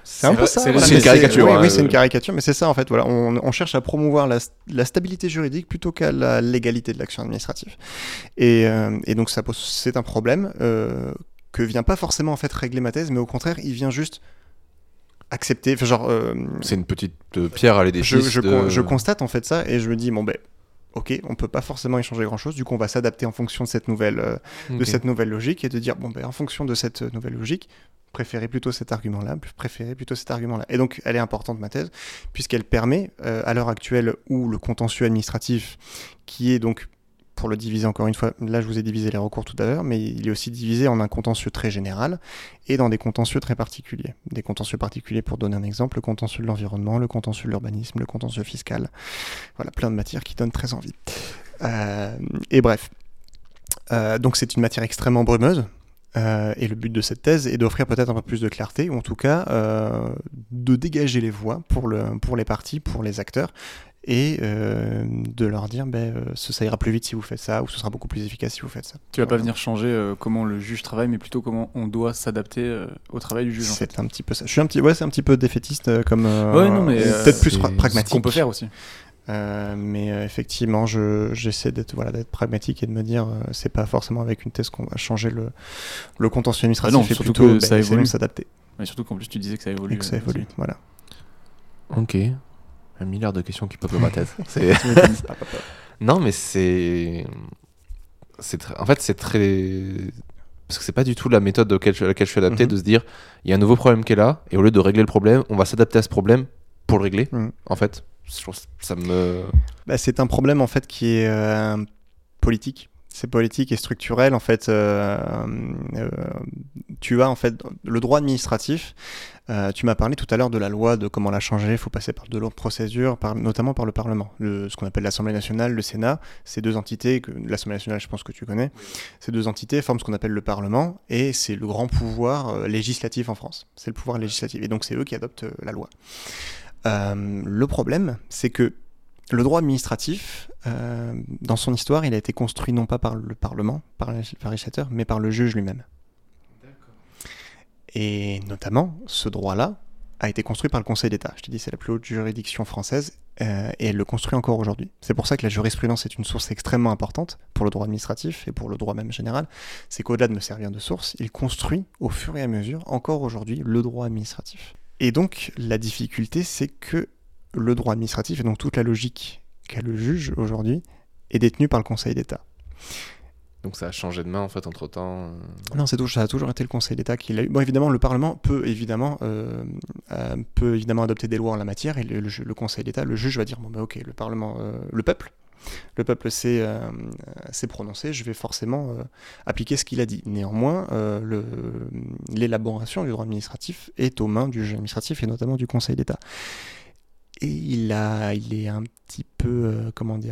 C'est un peu ça. C'est, voilà, c'est une caricature. Oui, hein, oui, c'est euh... une caricature, mais c'est ça en fait. Voilà, on, on cherche à promouvoir la, la stabilité juridique plutôt qu'à la légalité de l'action administrative. Et, euh, et donc ça pose, c'est un problème euh, que vient pas forcément en fait régler ma thèse, mais au contraire, il vient juste accepter. Genre, euh, c'est une petite pierre à l'édifice. Je, je, de... je constate en fait ça et je me dis bon ben. Ok, on peut pas forcément échanger grand-chose, du coup on va s'adapter en fonction de cette nouvelle, euh, okay. de cette nouvelle logique et de dire bon ben en fonction de cette nouvelle logique, préférez plutôt cet argument-là, préférez plutôt cet argument-là. Et donc elle est importante ma thèse puisqu'elle permet euh, à l'heure actuelle où le contentieux administratif qui est donc, pour le diviser encore une fois, là je vous ai divisé les recours tout à l'heure, mais il est aussi divisé en un contentieux très général et dans des contentieux très particuliers. Des contentieux particuliers, pour donner un exemple, le contentieux de l'environnement, le contentieux de l'urbanisme, le contentieux fiscal. Voilà, plein de matières qui donnent très envie. Euh, et bref. Euh, donc c'est une matière extrêmement brumeuse. Euh, et le but de cette thèse est d'offrir peut-être un peu plus de clarté, ou en tout cas euh, de dégager les voies pour, le, pour les parties, pour les acteurs, et euh, de leur dire ben, euh, ça, ça ira plus vite si vous faites ça, ou ce sera beaucoup plus efficace si vous faites ça. Tu vas voilà. pas venir changer euh, comment le juge travaille, mais plutôt comment on doit s'adapter euh, au travail du juge. C'est en fait. un petit peu ça. Je suis un petit, ouais, c'est un petit peu défaitiste euh, comme. Euh, ouais, non, mais peut-être euh, plus pra- pragmatique. Ce qu'on peut faire aussi. Euh, mais euh, effectivement, je, j'essaie d'être, voilà, d'être pragmatique et de me dire, euh, c'est pas forcément avec une thèse qu'on va changer le, le contentieux administratif, ah non, et surtout plutôt que ça ben, évolue. De s'adapter. Mais surtout qu'en plus tu disais que ça évolue. Et que ça évolue, euh, voilà. Ok. Un milliard de questions qui peuplent ma tête. C'est... non, mais c'est, c'est tr... en fait c'est très, parce que c'est pas du tout la méthode auquel je... à laquelle je suis adapté, mm-hmm. de se dire, il y a un nouveau problème qui est là, et au lieu de régler le problème, on va s'adapter à ce problème pour le régler. Mm. En fait. Je trouve ça me... Bah, c'est un problème en fait qui est euh, politique. C'est politique et structurel en fait. Euh, euh, tu as en fait le droit administratif. Euh, tu m'as parlé tout à l'heure de la loi, de comment la changer. Il faut passer par de lourdes procédures, par, notamment par le Parlement. Le, ce qu'on appelle l'Assemblée nationale, le Sénat, ces deux entités, que, l'Assemblée nationale, je pense que tu connais, oui. Ces deux entités forment ce qu'on appelle le Parlement et c'est le grand pouvoir euh, législatif en France. C'est le pouvoir législatif et donc c'est eux qui adoptent euh, la loi. Euh, le problème, c'est que le droit administratif, euh, dans son histoire, il a été construit non pas par le Parlement, par le législateur, mais par le juge lui-même. D'accord. Et notamment, ce droit-là a été construit par le Conseil d'État. Je te dis, c'est la plus haute juridiction française, euh, et elle le construit encore aujourd'hui. C'est pour ça que la jurisprudence est une source extrêmement importante pour le droit administratif et pour le droit même général. C'est qu'au-delà de me servir de source, il construit au fur et à mesure, encore aujourd'hui, le droit administratif. Et donc, la difficulté, c'est que le droit administratif, et donc toute la logique qu'a le juge aujourd'hui, est détenue par le Conseil d'État. Donc ça a changé de main, en fait, entre-temps euh... Non, c'est tout, ça a toujours été le Conseil d'État qui l'a eu. Bon, évidemment, le Parlement peut évidemment, euh, euh, peut évidemment adopter des lois en la matière, et le, le, le Conseil d'État, le juge va dire, bon, bah, ok, le Parlement, euh, le peuple, le peuple s'est, euh, s'est prononcé, je vais forcément euh, appliquer ce qu'il a dit. Néanmoins, euh, le, l'élaboration du droit administratif est aux mains du juge administratif et notamment du Conseil d'État. Et il, a, il est un petit peu, euh, comment dire,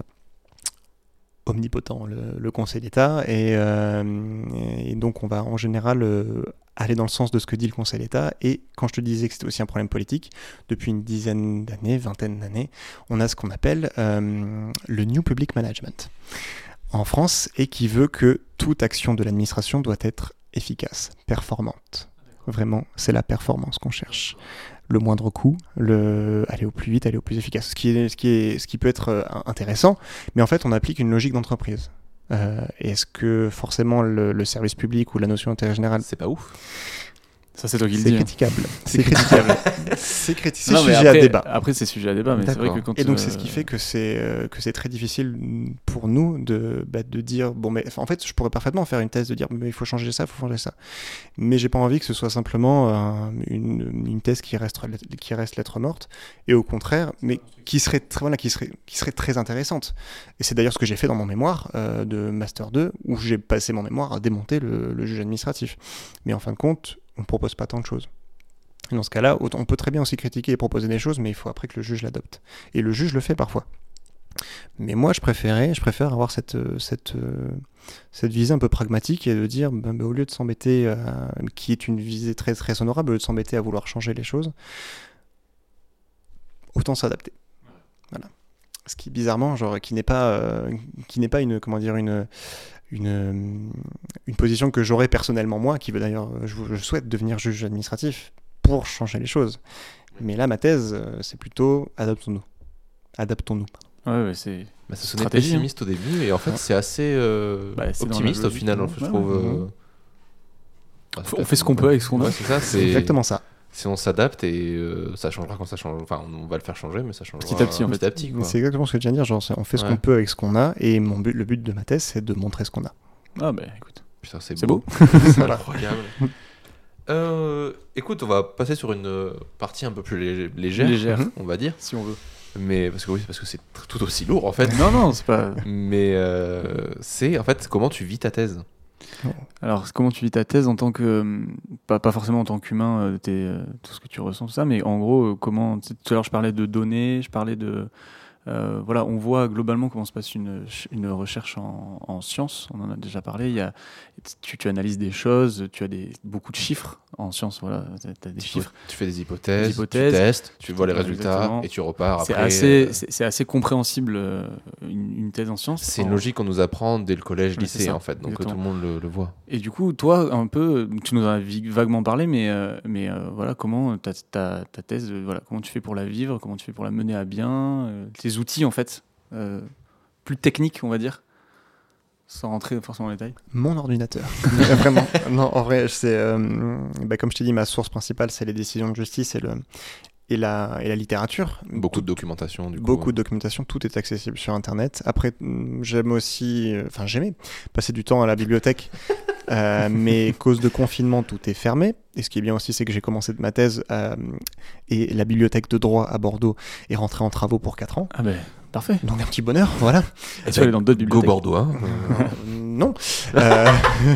omnipotent, le, le Conseil d'État, et, euh, et donc on va en général euh, aller dans le sens de ce que dit le Conseil d'État. Et quand je te disais que c'était aussi un problème politique, depuis une dizaine d'années, vingtaine d'années, on a ce qu'on appelle euh, le New Public Management en France, et qui veut que toute action de l'administration doit être efficace, performante. Vraiment, c'est la performance qu'on cherche. Le moindre coût, le... aller au plus vite, aller au plus efficace. Ce qui, est, ce qui, est, ce qui peut être euh, intéressant, mais en fait, on applique une logique d'entreprise. Euh, est-ce que forcément le, le service public ou la notion d'intérêt général, c'est pas ouf? Ça, c'est toi qui le dis. C'est critiquable. C'est critiquable. c'est criti- c'est non, sujet après, à débat. Après, c'est sujet à débat, mais D'accord. c'est vrai que quand... Et donc, euh... c'est ce qui fait que c'est, euh, que c'est très difficile pour nous de, bah, de dire... Bon, mais en fait, je pourrais parfaitement faire une thèse de dire mais il faut changer ça, il faut changer ça. Mais j'ai pas envie que ce soit simplement euh, une, une thèse qui reste, qui reste lettre morte. Et au contraire, mais qui serait, très, voilà, qui, serait, qui serait très intéressante. Et c'est d'ailleurs ce que j'ai fait dans mon mémoire euh, de Master deux, où j'ai passé mon mémoire à démonter le, le juge administratif. Mais en fin de compte, on ne propose pas tant de choses. Et dans ce cas-là, on peut très bien aussi critiquer et proposer des choses, mais il faut après que le juge l'adopte. Et le juge le fait parfois. Mais moi, je préférais, je préfère avoir cette, cette, cette visée un peu pragmatique et de dire, ben, ben, au lieu de s'embêter, euh, qui est une visée très, très honorable, au lieu de s'embêter à vouloir changer les choses, autant s'adapter. Voilà. Ce qui, bizarrement, genre, qui n'est pas, euh, qui n'est pas une, comment dire, une... Une, une position que j'aurais personnellement moi, qui veut d'ailleurs, je, je souhaite devenir juge administratif pour changer les choses. Mais là, ma thèse, euh, c'est plutôt adaptons-nous. Adaptons-nous. Ouais, ouais, c'est. Bah, ça sonnait Stratégie, pessimiste au début, et en fait, Ouais. c'est assez euh, Bah, c'est dans la optimiste au logique, final, ouais. en fait, je Ouais, trouve. ouais. euh, bah, c'est On tout à fait ce qu'on ouais. peut avec ce qu'on a. Ouais, c'est ça, C'est c'est exactement ça. Si on s'adapte et euh, ça changera quand ça change. Enfin, on va le faire changer, mais ça changera Petit à petit, en fait. petit à petit, quoi. C'est exactement ce que tu viens de dire. Genre, c'est- on fait ce Ouais. qu'on peut avec ce qu'on a. Et mon but, le but de ma thèse, c'est de montrer ce qu'on a. Ah, bah écoute. Putain, c'est C'est beau. beau. C'est incroyable. Euh, écoute, on va passer sur une euh, partie un peu plus lég- légère, Légère. on va dire. Si on veut. Mais parce que oui, parce que c'est tr- tout aussi lourd en fait. Non, non, c'est pas. Mais euh, c'est en fait comment tu vis ta thèse. Alors, comment tu vis ta thèse en tant que. hum, Pas, pas forcément en tant qu'humain, euh, t'es, euh, tout ce que tu ressens, tout ça, mais en gros, euh, comment. tu sais, Tout à l'heure, je parlais de données, je parlais de. euh, voilà, on voit globalement comment se passe une, une recherche en, en sciences, on en a déjà parlé. Il y a, tu, tu analyses des choses, tu as des, beaucoup de chiffres en sciences, voilà, tu as des Tu, chiffres. tu fais des hypothèses, Des hypothèses, tu testes, tu vois les Ouais, résultats exactement. et tu repars C'est après. assez, euh, c'est, c'est assez compréhensible, euh, une, une thèse en sciences. C'est une En- logique qu'on nous apprend dès le collège, Ouais, c'est lycée ça, en fait, donc que tout exactement. le monde le, le voit. Et du coup, toi, un peu, tu nous en as vi- vaguement parlé, mais, euh, mais euh, voilà, comment ta, ta, ta thèse, euh, voilà, comment tu fais pour la vivre, comment tu fais pour la mener à bien, euh, tes outils en fait, euh, plus techniques, on va dire, sans rentrer forcément en détail. Mon ordinateur. Vraiment. Non, en vrai, c'est, euh, bah, comme je t'ai dit, ma source principale, c'est les décisions de justice et, le, et, la, et la littérature. Beaucoup Tout- de documentation du coup. Beaucoup de documentation, tout est accessible sur Internet. Après, mm, j'aime aussi, euh, enfin j'aimais passer du temps à la bibliothèque, euh, mais cause de confinement, tout est fermé. Et ce qui est bien aussi, c'est que j'ai commencé ma thèse euh, et la bibliothèque de droit à Bordeaux est rentrée en travaux pour quatre ans. Ah ben, parfait. Donc un petit bonheur, voilà. Et tu vas aller dans d'autres Go bibliothèques. Bordeaux, hein. Euh, non. Euh,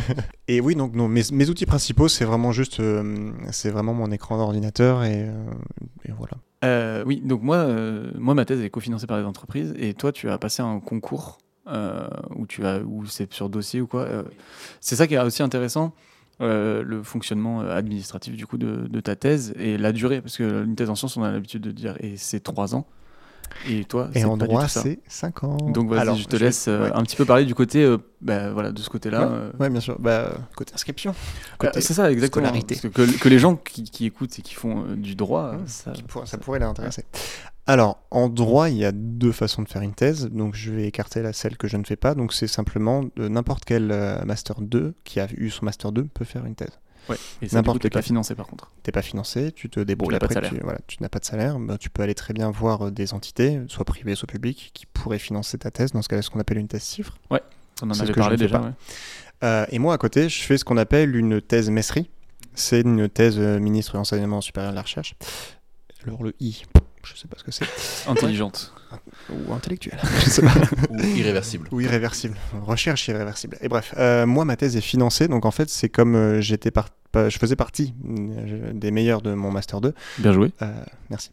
et oui, donc non, mes, mes outils principaux, c'est vraiment juste, euh, c'est vraiment mon écran d'ordinateur et, euh, et voilà. Euh, oui, donc moi, euh, moi, ma thèse est cofinancée par des entreprises, et toi, tu as passé un concours euh, où tu as, où c'est sur dossier ou quoi. euh, c'est ça qui est aussi intéressant, euh, le fonctionnement euh, administratif du coup de, de ta thèse et la durée, parce que une thèse en sciences, on a l'habitude de dire, et c'est trois ans. Et toi, Et c'est en pas du droit, tout ça. c'est cinq ans. Donc vas-y, Alors, je te vais- laisse euh, ouais. un petit peu parler du côté, euh, bah, voilà, de ce côté-là. Ouais, euh, ouais, bien sûr. Bah, côté inscription. bah, Côté c'est ça, exactement. scolarité. Parce que, que, que les gens qui, qui écoutent et qui font euh, du droit, Mmh, ça, qui pour- ça pourrait l'intéresser. Alors, en droit, il y a deux façons de faire une thèse. Donc, je vais écarter la celle que je ne fais pas. Donc, c'est simplement de n'importe quel euh, Master deux qui a eu son Master deux peut faire une thèse. ouais. Et ça, du N'importe coup, t'es pas lequel. financé par contre. T'es pas financé, tu te débrouilles. n'as pas de Après, salaire. tu, voilà, tu n'as pas de salaire. Bah, tu peux aller très bien voir euh, des entités, soit privées, soit publiques, qui pourraient financer ta thèse. Dans ce cas-là, ce qu'on appelle une thèse cifre. On en C'est ce avait que je parlé ne fais déjà. pas. ouais. Euh, et moi, à côté, je fais ce qu'on appelle une thèse Messerie. C'est une thèse euh, ministre de l'enseignement supérieur et de la recherche. Alors, le I, je sais pas ce que c'est. Intelligente. Ou intellectuel. Je sais pas. Ou irréversible. Ou irréversible. Recherche irréversible. Et bref, euh, moi, ma thèse est financée. Donc, en fait, c'est comme euh, j'étais par- pas- je faisais partie euh, des meilleurs de mon Master deux. Bien joué. Euh, merci.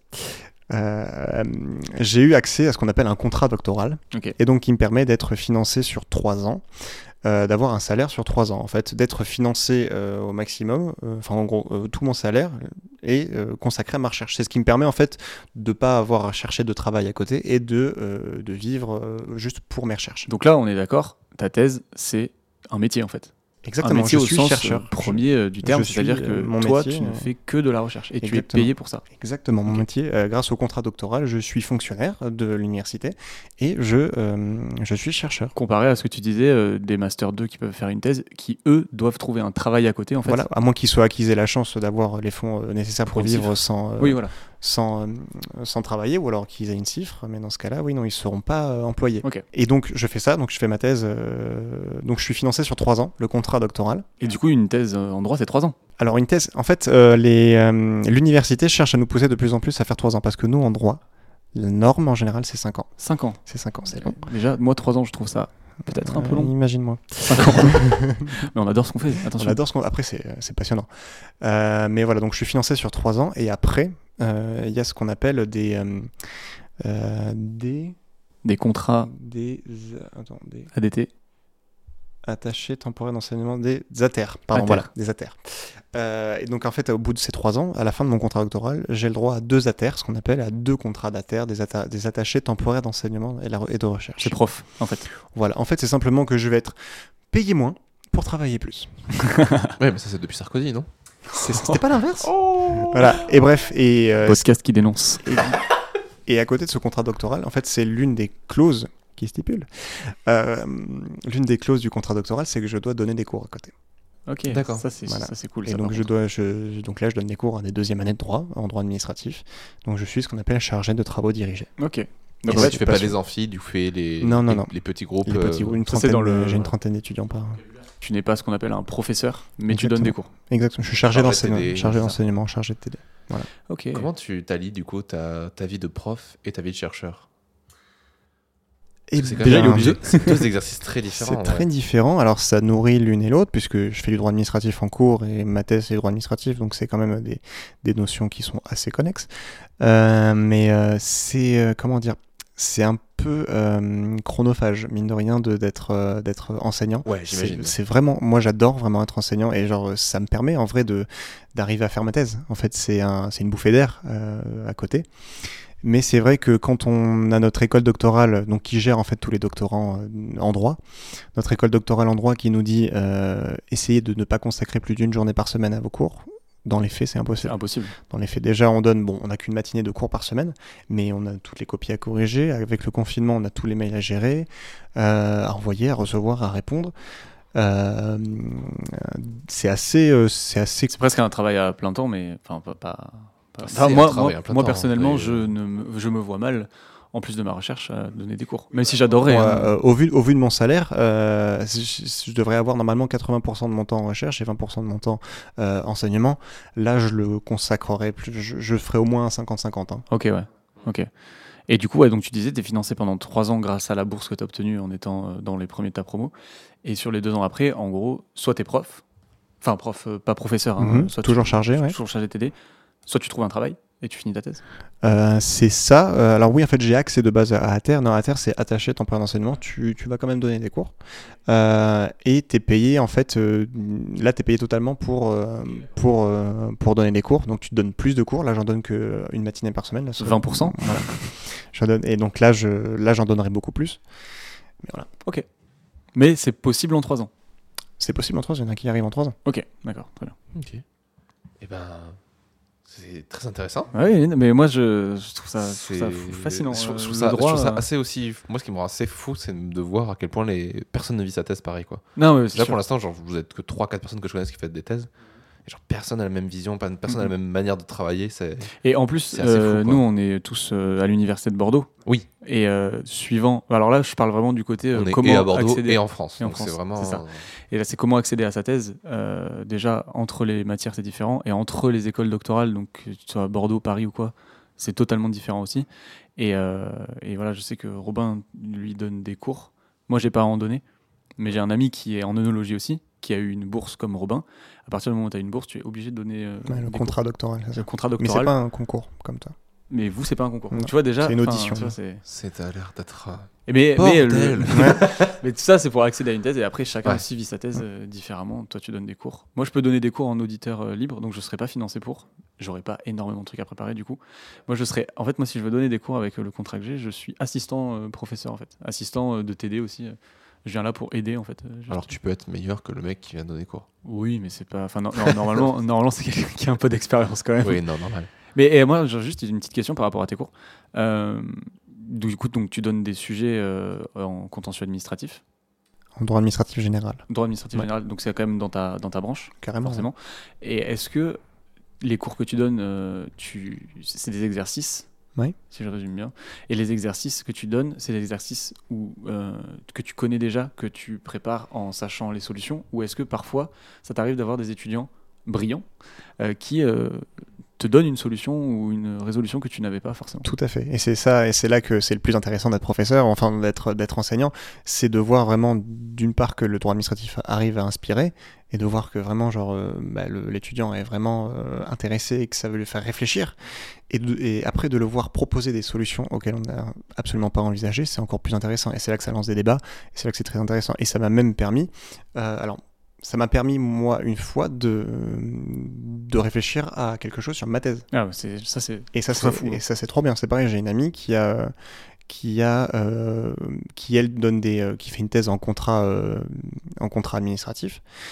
Euh, j'ai eu accès à ce qu'on appelle un contrat doctoral. Ok. Et donc, qui me permet d'être financé sur trois ans. Euh, d'avoir un salaire sur trois ans, en fait, d'être financé euh, au maximum, euh, enfin en gros, euh, tout mon salaire est euh, consacré à ma recherche. C'est ce qui me permet en fait de pas avoir à chercher de travail à côté et de, euh, de vivre euh, juste pour mes recherches. Donc là, on est d'accord, ta thèse, c'est un métier en fait. Un Exactement, métier je au suis sens chercheur. euh, premier euh, du terme, je suis, c'est-à-dire que euh, mon toi, métier, tu ne euh, fais que de la recherche et tu es exactement. payé pour ça. Exactement, mon Ok. métier, euh, grâce au contrat doctoral, je suis fonctionnaire de l'université et je, euh, je suis chercheur. Comparé à ce que tu disais, euh, des Master deux qui peuvent faire une thèse, qui eux doivent trouver un travail à côté en fait. Voilà, à moins qu'ils soient qu'ils aient la chance d'avoir les fonds euh, nécessaires pour, Pour une vivre cifre. sans, euh, Oui, voilà. sans, euh, sans travailler, ou alors qu'ils aient une cifre, mais dans ce cas-là, oui, non, ils ne seront pas euh, employés. Ok. Et donc, je fais ça, donc je fais ma thèse, euh, donc je suis financé sur trois ans, le contrat doctoral. Et du coup, une thèse euh, en droit, c'est trois ans. Alors, une thèse, en fait, euh, les, euh, l'université cherche à nous pousser de plus en plus à faire trois ans, parce que nous, en droit, la norme, en général, c'est cinq ans. Cinq ans. C'est cinq ans, c'est long. Déjà, moi, trois ans, je trouve ça peut-être un peu Euh, long. Imagine-moi. Cinq ans. Mais on adore ce qu'on fait, attention. On adore ce qu'on... Après, c'est, c'est passionnant. Euh, mais voilà, donc je suis financé sur trois ans, et après, euh, il y a ce qu'on appelle des... euh, euh, des... Des contrats Des... Attends, des... A D T. Attaché temporaire d'enseignement des A T E R. Pardon, A T E R. voilà, des A T E R. Euh, et donc, en fait, au bout de ces trois ans, à la fin de mon contrat doctoral, j'ai le droit à deux A T E R, ce qu'on appelle à deux contrats d'A T E R, des, atta- des attachés temporaires d'enseignement et, la- et de recherche. C'est prof, en fait. Voilà, en fait, c'est simplement que je vais être payé moins pour travailler plus. Ouais, mais ça c'est depuis Sarkozy, non? C'est- C'était pas l'inverse Oh Voilà, et bref, et, euh, Podcast qui dénonce. et, et à côté de ce contrat doctoral, en fait, c'est l'une des clauses qui stipule. Euh, l'une des clauses du contrat doctoral, c'est que je dois donner des cours à côté. Ok, D'accord. ça c'est Voilà. ça, c'est cool. Et ça, donc, par je contre. dois, je, donc là, je donne des cours à des deuxième années de droit, en droit administratif. Donc, je suis ce qu'on appelle chargé de travaux dirigés. Ok. Et Donc, Donc ouais, là, tu fais pas pas sûr. les amphis, tu fais les, Non, non, les, non. les petits groupes. Les petits, euh, une ça, c'est trentaine, dans le- J'ai une trentaine d'étudiants par. tu n'es pas ce qu'on appelle un professeur, mais tu Exactement. donnes des cours. Exactement. Je suis chargé Chargé de d'enseignement, T D, chargé c'est ça. d'enseignement, chargé de T D. Ok. Comment tu t'allies du coup ta, ta vie de prof et ta vie de chercheur? Et Parce que c'est quand déjà, même il est obligé. deux- C'est deux exercices très différents. C'est en très vrai. différent. Alors, ça nourrit l'une et l'autre, puisque je fais du droit administratif en cours et ma thèse, c'est du droit administratif, donc c'est quand même des, des notions qui sont assez connexes. Euh, mais euh, c'est, euh, comment dire, c'est un peu euh, chronophage, mine de rien, de, d'être, euh, d'être enseignant. Ouais, C'est, j'imagine. c'est vraiment, moi j'adore vraiment être enseignant et genre ça me permet en vrai de, d'arriver à faire ma thèse. En fait, c'est, un, c'est une bouffée d'air euh, à côté. Mais c'est vrai que quand on a notre école doctorale, donc qui gère en fait tous les doctorants euh, en droit, notre école doctorale en droit qui nous dit euh, essayez de ne pas consacrer plus d'une journée par semaine à vos cours. Dans les faits, c'est C'est impossible. impossible. Dans les faits, déjà, on donne, bon, on n'a qu'une matinée de cours par semaine, mais on a toutes les copies à corriger. Avec le confinement, on a tous les mails à gérer, euh, à envoyer, à recevoir, à répondre. Euh, c'est assez, euh, c'est assez. C'est presque un travail à plein temps, mais enfin pas. pas, pas- C'est enfin, un moi, travail moi, à plein moi, temps, personnellement, mais, je, euh, ne me, je me vois mal, en plus de ma recherche, à donner des cours. Même si j'adorerais. Moi, hein. euh, au, vu, au vu de mon salaire, euh, je, je devrais avoir normalement quatre-vingts pour cent de mon temps en recherche et vingt pour cent de mon temps euh, enseignement. Là, je le consacrerai plus, je, je ferai au moins cinquante cinquante. Hein. Ok, ouais. Ok. Et du coup, ouais, donc tu disais, tu es financé pendant trois ans grâce à la bourse que tu as obtenue en étant euh, dans les premiers de ta promo. Et sur les deux ans après, en gros, soit tu es prof, enfin prof, euh, pas professeur, hein, Mhm, soit toujours tu- chargé, ouais. toujours chargé de T D, soit tu trouves un travail et tu finis ta thèse. Euh, c'est ça. Euh, alors oui, en fait, j'ai accès de base à ATER. Non, ATER, c'est attaché temporaire d'enseignement. Tu, tu vas quand même donner des cours. Euh, et tu es payé, en fait, euh, là, tu es payé totalement pour, euh, pour, euh, pour donner des cours. Donc, tu te donnes plus de cours. Là, j'en donne qu'une matinée par semaine. Là, sur- vingt pour cent. Voilà. J'en donne, et donc là, je, là, j'en donnerai beaucoup plus. Mais voilà. Ok. Mais c'est possible en trois ans. C'est possible en trois ans. Il y en a qui arrivent en trois ans. Ok, d'accord, très bien. Ok. Et ben, c'est très intéressant. Ah oui, mais moi je, je trouve ça, je trouve C'est- ça fou- fascinant. Je, Euh, je trouve le ça, je droit, trouve ça euh, assez aussi. Moi, ce qui me rend assez fou, c'est de voir à quel point les personne ne vit sa thèse pareil, quoi. Non, mais c'est Là, sûr. pour l'instant, genre, vous êtes que trois quatre personnes que je connaisse qui font des thèses. Et genre, personne n'a la même vision, pas- personne n'a Mhm. la même manière de travailler. C'est... Et en plus, C'est assez fou, euh, quoi. nous, on est tous euh, à l'université de Bordeaux. Oui. Et euh, suivant. Alors là, je parle vraiment du côté euh, On est comment et à Bordeaux accéder. et en France. et en Donc, France, c'est vraiment. c'est ça. Et là, c'est comment accéder à sa thèse. Euh, déjà, entre les matières, c'est différent. Et entre les écoles doctorales, donc que tu sois à Bordeaux, Paris ou quoi, c'est totalement différent aussi. Et, euh, et voilà, je sais que Robin lui donne des cours. Moi, j'ai pas à en donner. Mais j'ai un ami qui est en œnologie aussi, qui a eu une bourse comme Robin. À partir du moment où tu as une bourse, tu es obligé de donner euh, Ouais, le des contrat doctoral. c'est cours. ça. Le contrat Mais c'est doctoral. pas un concours comme toi. Mais vous, c'est pas un concours. Non. Tu vois déjà. C'est une enfin, audition. tu vois, c'est- C'est à l'air d'être. euh, Et mais, mais, Bordel. le- mais tout ça, c'est pour accéder à une thèse. Et après, chacun Ouais. aussi vit sa thèse euh, différemment. Toi, tu donnes des cours. Moi, je peux donner des cours en auditeur euh, libre, donc je serai pas financé pour. J'aurai pas énormément de trucs à préparer du coup. Moi, je serai. En fait, moi, si je veux donner des cours avec euh, le contrat que j'ai, je suis assistant euh, professeur en fait, assistant euh, de T D aussi. euh. Je viens là pour aider en fait. euh, juste. Alors, tu peux être meilleur que le mec qui vient donner cours. Oui, mais c'est pas. Enfin, non, non, normalement, normalement, c'est quelqu'un qui a un peu d'expérience quand même. Oui, non, normal. Mais et moi, j'ai juste une petite question par rapport à tes cours. Euh, du coup, donc, tu donnes des sujets euh, en contentieux administratif, En droit administratif général. droit administratif Ouais. général, donc c'est quand même dans ta, dans ta branche, Carrément. forcément. Et est-ce que les cours que tu donnes, euh, tu... c'est des exercices, Oui. si je résume bien, et les exercices que tu donnes, c'est des exercices où, euh, que tu connais déjà, que tu prépares en sachant les solutions, ou est-ce que parfois, ça t'arrive d'avoir des étudiants brillants euh, qui euh, te donnent une solution ou une résolution que tu n'avais pas forcément. Tout à fait. Et c'est ça, et c'est là que c'est le plus intéressant d'être professeur, enfin d'être d'être enseignant, c'est de voir vraiment d'une part que le droit administratif arrive à inspirer, et de voir que vraiment genre euh, bah, le- l'étudiant est vraiment euh, intéressé et que ça veut lui faire réfléchir, et, de- et après de le voir proposer des solutions auxquelles on n'a absolument pas envisagé, c'est encore plus intéressant. Et c'est là que ça lance des débats, et c'est là que c'est très intéressant. Et ça m'a même permis, euh, alors ça m'a permis moi une fois de de réfléchir à quelque chose sur ma thèse. Ah, ouais, c'est, ça c'est... Et ça, Je trouve c'est, ça fou, et hein. ça, c'est trop bien. C'est pareil, j'ai une amie qui a, qui a, euh, qui elle donne des, euh, qui fait une thèse en contrat, euh, en contrat administratif.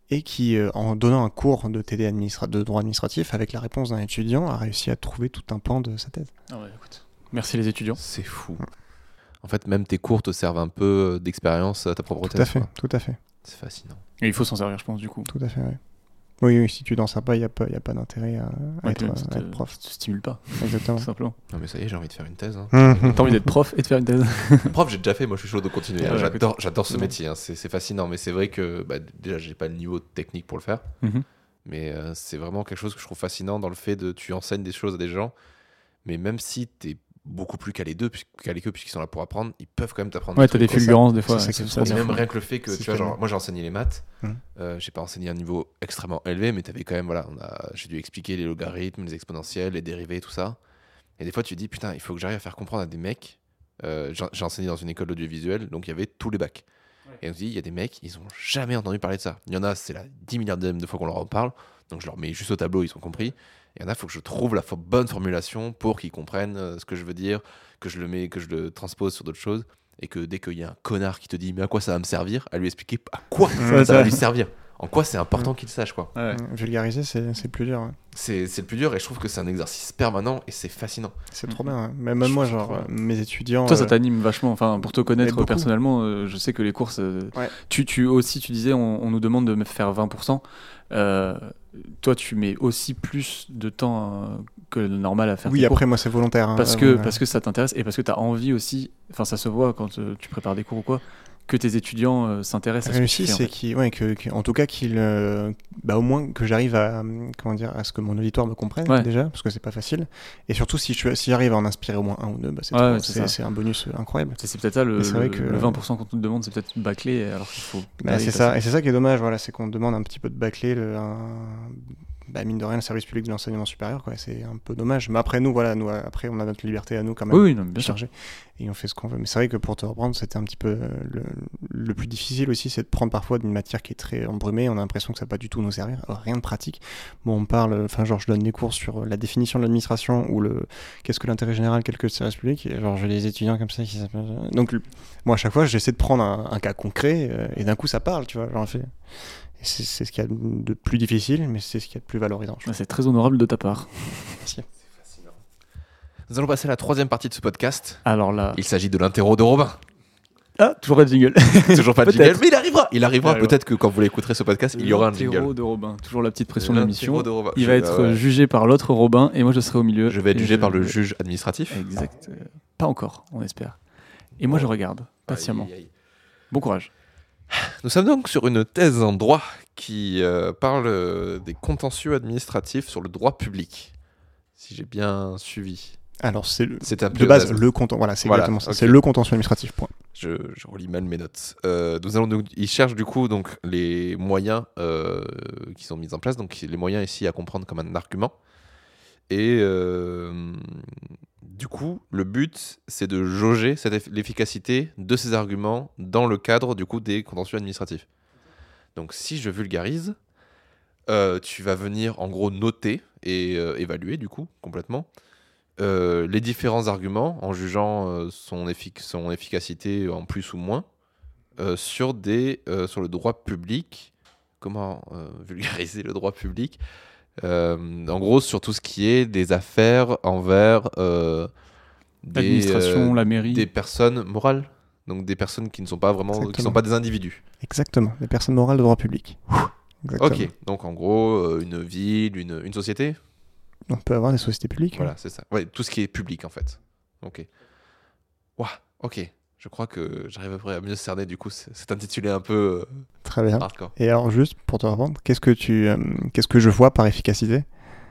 et qui, euh, en donnant un cours de T D administra- de droit administratif avec la réponse d'un étudiant, a réussi à trouver tout un pan de sa thèse. Ah ouais, écoute. Merci les étudiants. C'est fou. En fait, même tes cours te servent un peu d'expérience à ta propre Tout thèse. à fait, quoi. tout à fait, C'est fascinant. Et il faut s'en servir, je pense, du coup. tout à fait, oui. Oui, oui, si tu t'en sers pas, il n'y a, pas- y a pas d'intérêt à, à Ouais, être, ça à te- être prof. Ça te stimule pas, Exactement. tout simplement. Non mais ça y est, j'ai envie de faire une thèse. Hein. T'as envie d'être prof et de faire une thèse. Prof, j'ai déjà fait, moi je suis chaud de continuer. Ah hein. ouais, J'adore, j'adore ce Ouais. métier, hein. c'est, c'est fascinant. Mais c'est vrai que bah, déjà, j'ai pas le niveau technique pour le faire. Mhm. Mais euh, c'est vraiment quelque chose que je trouve fascinant dans le fait de tu enseignes des choses à des gens, mais même si t'es beaucoup plus calé d'eux, puis- calé qu'eux, puisqu'ils sont là pour apprendre, ils peuvent quand même t'apprendre Ouais, des t'as des trucs. fulgurances des fois. ça, ouais, c'est ça, trop ça, Et bien. même rien que le fait que, C'est tu vois, genre, tellement- moi j'ai enseigné les maths, Mhm. euh, j'ai pas enseigné un niveau extrêmement élevé, mais t'avais quand même, voilà, on a, j'ai dû expliquer les logarithmes, les exponentielles, les dérivés, tout ça. Et des fois, tu te dis, putain, il faut que j'arrive à faire comprendre à des mecs. Euh, j'ai, j'ai enseigné dans une école d'audiovisuel, donc il y avait tous les bacs. Et on se dit, il y a des mecs, ils ont jamais entendu parler de ça. Il y en a, c'est la dix milliardième de fois qu'on leur en parle, donc je leur mets juste au tableau, ils ont compris. Il y en a, il faut que je trouve la fo- bonne formulation pour qu'ils comprennent euh, ce que je veux dire, que je le mets, que je le transpose sur d'autres choses, et que dès qu'il y a un connard qui te dit, mais à quoi ça va me servir, à lui expliquer à quoi Ouais, ça va ça- lui servir, en quoi c'est important qu'il sache, quoi. Ouais. Mm, Vulgariser, c'est c'est plus dur. Ouais. C'est, c'est le plus dur, et je trouve que c'est un exercice permanent, et c'est fascinant. C'est Mm. trop bien. Ouais. Mais même moi, Je trouve genre, trop euh, mes étudiants. Toi, ça euh, t'anime vachement. Enfin, pour te connaître beaucoup. personnellement, euh, je sais que les courses. euh, Ouais. tu, tu aussi, tu disais, on, on nous demande de me faire vingt pour cent. Euh, toi, tu mets aussi plus de temps euh, que le normal à faire Oui, tes cours. après, moi, c'est volontaire. hein. Parce Euh, que, ouais. parce que ça t'intéresse et parce que tu as envie aussi, enfin ça se voit quand euh, tu prépares des cours ou quoi, que tes étudiants euh, s'intéressent à ce que tu réussi, fais. en c'est fait. qu'il, ouais, que, que- en tout cas, qu'il, euh, bah, au moins que j'arrive à, euh, comment dire, à ce que mon auditoire me comprenne Ouais. déjà, parce que c'est pas facile. Et surtout, si je, si j'arrive à en inspirer au moins un ou deux, bah, c'est, Ouais, trop- ouais, c'est c'est, ça. c'est un bonus euh, incroyable. C'est, c'est peut-être ça le, Et c'est vrai le- que- le vingt pour cent qu'on te demande, c'est peut-être bâclé alors qu'il faut. Bah, aller c'est passer. ça, et c'est ça qui est dommage, voilà, c'est qu'on demande un petit peu de bâcler le, un- bah, mine de rien, le service public de l'enseignement supérieur, quoi. C'est un peu dommage. Mais après, nous, voilà, nous, après, on a notre liberté à nous quand même. Oui, oui, non, mais bien sûr. chargé et on fait ce qu'on veut. Mais c'est vrai que pour te reprendre, c'était un petit peu euh, le, le plus difficile aussi, c'est de prendre parfois d'une matière qui est très embrumée. On a l'impression que ça va pas du tout nous servir. Alors, rien de pratique. Bon, on parle, enfin, genre, je donne des cours sur la définition de l'administration ou le qu'est-ce que l'intérêt général, qu'est-ce que le service public. Et genre, j'ai des étudiants comme ça qui s'appellent. Donc, le- moi, à chaque fois, j'essaie de prendre un, un cas concret euh, et d'un coup, ça parle, tu vois. Genre, fait. Et c'est, c'est ce qu'il y a de plus difficile, mais c'est ce qu'il y a de plus valorisant. je Ouais, c'est très honorable de ta part. Nous allons passer à la troisième partie de ce podcast. Alors là. Il s'agit de l'interro de Robin. Ah, toujours pas de jingle. Toujours pas de Peut-être. jingle, mais il arrivera. Il arrivera. Il arrivera. Peut-être que quand vous l'écouterez ce podcast, il y aura un L'interro jingle. de Robin. Toujours la petite pression de l'émission. L'interro de Robin. Il Je- va être ouais. jugé par l'autre Robin et moi je serai au milieu. Je vais être Et jugé je- par le juge administratif. Exact. Euh, Pas encore, on espère. Et moi je regarde patiemment. Aïe, aïe, aïe. Bon courage. Nous sommes donc sur une thèse en droit qui euh, parle euh, des contentieux administratifs sur le droit public. Si j'ai bien suivi. Alors, c'est le, C'est un de base pléonasme. le contentieux. Voilà, c'est Voilà, exactement ça. ok. C'est le contentieux administratif, point. Je, je relis mal mes notes. Euh, nous allons donc, ils cherchent du coup donc les moyens euh, qui sont mis en place. Donc les moyens ici à comprendre comme un argument. Et euh, du coup, le but, c'est de jauger cette eff- l'efficacité de ces arguments dans le cadre du coup des contentieux administratifs. Donc si je vulgarise, euh, tu vas venir en gros noter et euh, évaluer du coup complètement euh, les différents arguments en jugeant euh, son, effic- son efficacité en plus ou moins euh, sur, des, euh, sur le droit public. Comment euh, vulgariser le droit public Euh, en gros, sur tout ce qui est des affaires envers euh, des, L'administration, euh, la mairie. des personnes morales, donc des personnes qui ne sont pas vraiment, qui Exactement. sont pas des individus. Exactement. Les personnes morales de droit public. Exactement. Ok, donc en gros, euh, une ville, une, une société. On peut avoir des sociétés publiques. Voilà, c'est ça. Ouais, tout ce qui est public en fait. Ok. Ouah, ok. Je crois que j'arrive à peu près à mieux cerner du coup. C'est c'est intitulé un peu hein. Très bien. euh, hardcore. Et alors, juste pour te répondre, qu'est-ce que tu, euh, qu'est-ce que je vois par efficacité?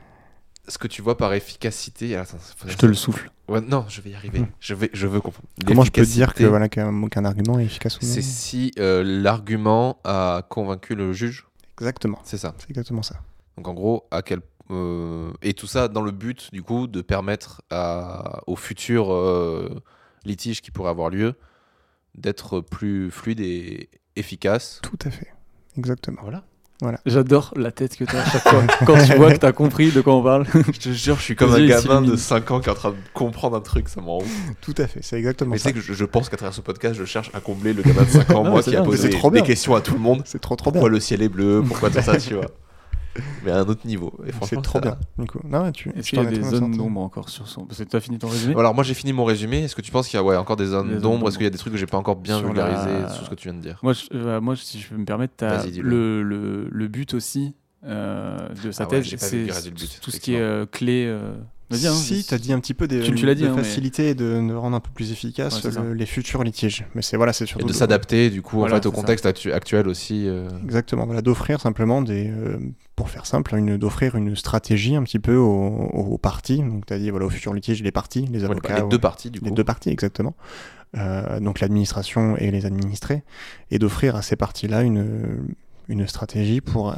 Ce que tu vois par efficacité. Attends, faut- Je te le souffle. Ouais, non, je vais y arriver. Mhm. Je vais, je veux comprendre. Comment je peux dire que L'efficacité, voilà qu'un, qu'un argument est efficace ou non? c'est si euh, l'argument a convaincu le juge. Exactement. C'est ça. C'est exactement ça. Donc en gros, à quel euh, et tout ça dans le but du coup de permettre à, aux futurs euh, litiges qui pourraient avoir lieu d'être plus fluides et efficaces. Tout à fait. Exactement. Voilà. Voilà. J'adore la tête que tu as à chaque fois quand tu vois que tu as compris de quoi on parle. Je te jure, je suis comme Les un yeux, ils gamin de s'illuminent. cinq ans qui est en train de comprendre un truc, ça m'en rend ouf. Tout à fait, c'est exactement Mais tu ça. sais que je, je pense qu'à travers ce podcast, je cherche à combler le gamin de cinq ans, Non, moi, c'est qui a bien, posé c'est trop bien. des questions à tout le monde. C'est trop trop bien. Pourquoi le ciel est bleu, pourquoi tout ça, tu vois. Mais à un autre niveau. Et franchement, C'est trop ça- bien. Du coup, non, ouais, tu. Est-ce je qu'il y a t'en ai des très zones sorti. d'ombre encore sur son. Parce que tu as fini ton résumé. Alors moi j'ai fini mon résumé. Est-ce que tu penses qu'il y a ouais, encore des zones Des zones d'ombre d'ombre. Est-ce qu'il y a des trucs que j'ai pas encore bien Sur vulgarisé la- sur ce que tu viens de dire Moi, je- euh, moi, si je peux me permettre, t'as Vas-y, dis-le. le, le, le but aussi euh, de sa Ah ouais, thèse, j'ai pas c'est vulgarisé le but, tout ce qui est euh, clé. euh, Vas-y, hein, Si, tu as dit un petit peu des, Tu- tu l'as dit, de hein, mais- faciliter et de, de rendre un peu plus efficace Ouais, c'est ça. le- les futurs litiges. Mais c'est voilà, c'est Et surtout de s'adapter du coup Voilà, en fait au c'est ça. contexte actu- actuel aussi. euh. Exactement, voilà, d'offrir simplement des, euh, pour faire simple, une, d'offrir une stratégie un petit peu aux, aux parties. Donc tu as dit voilà, aux futurs litiges, les parties, les Ouais, avocats, les ouais, deux parties du coup. les deux parties exactement. Euh, donc l'administration et les administrés, et d'offrir à ces parties-là une, une stratégie pour, euh,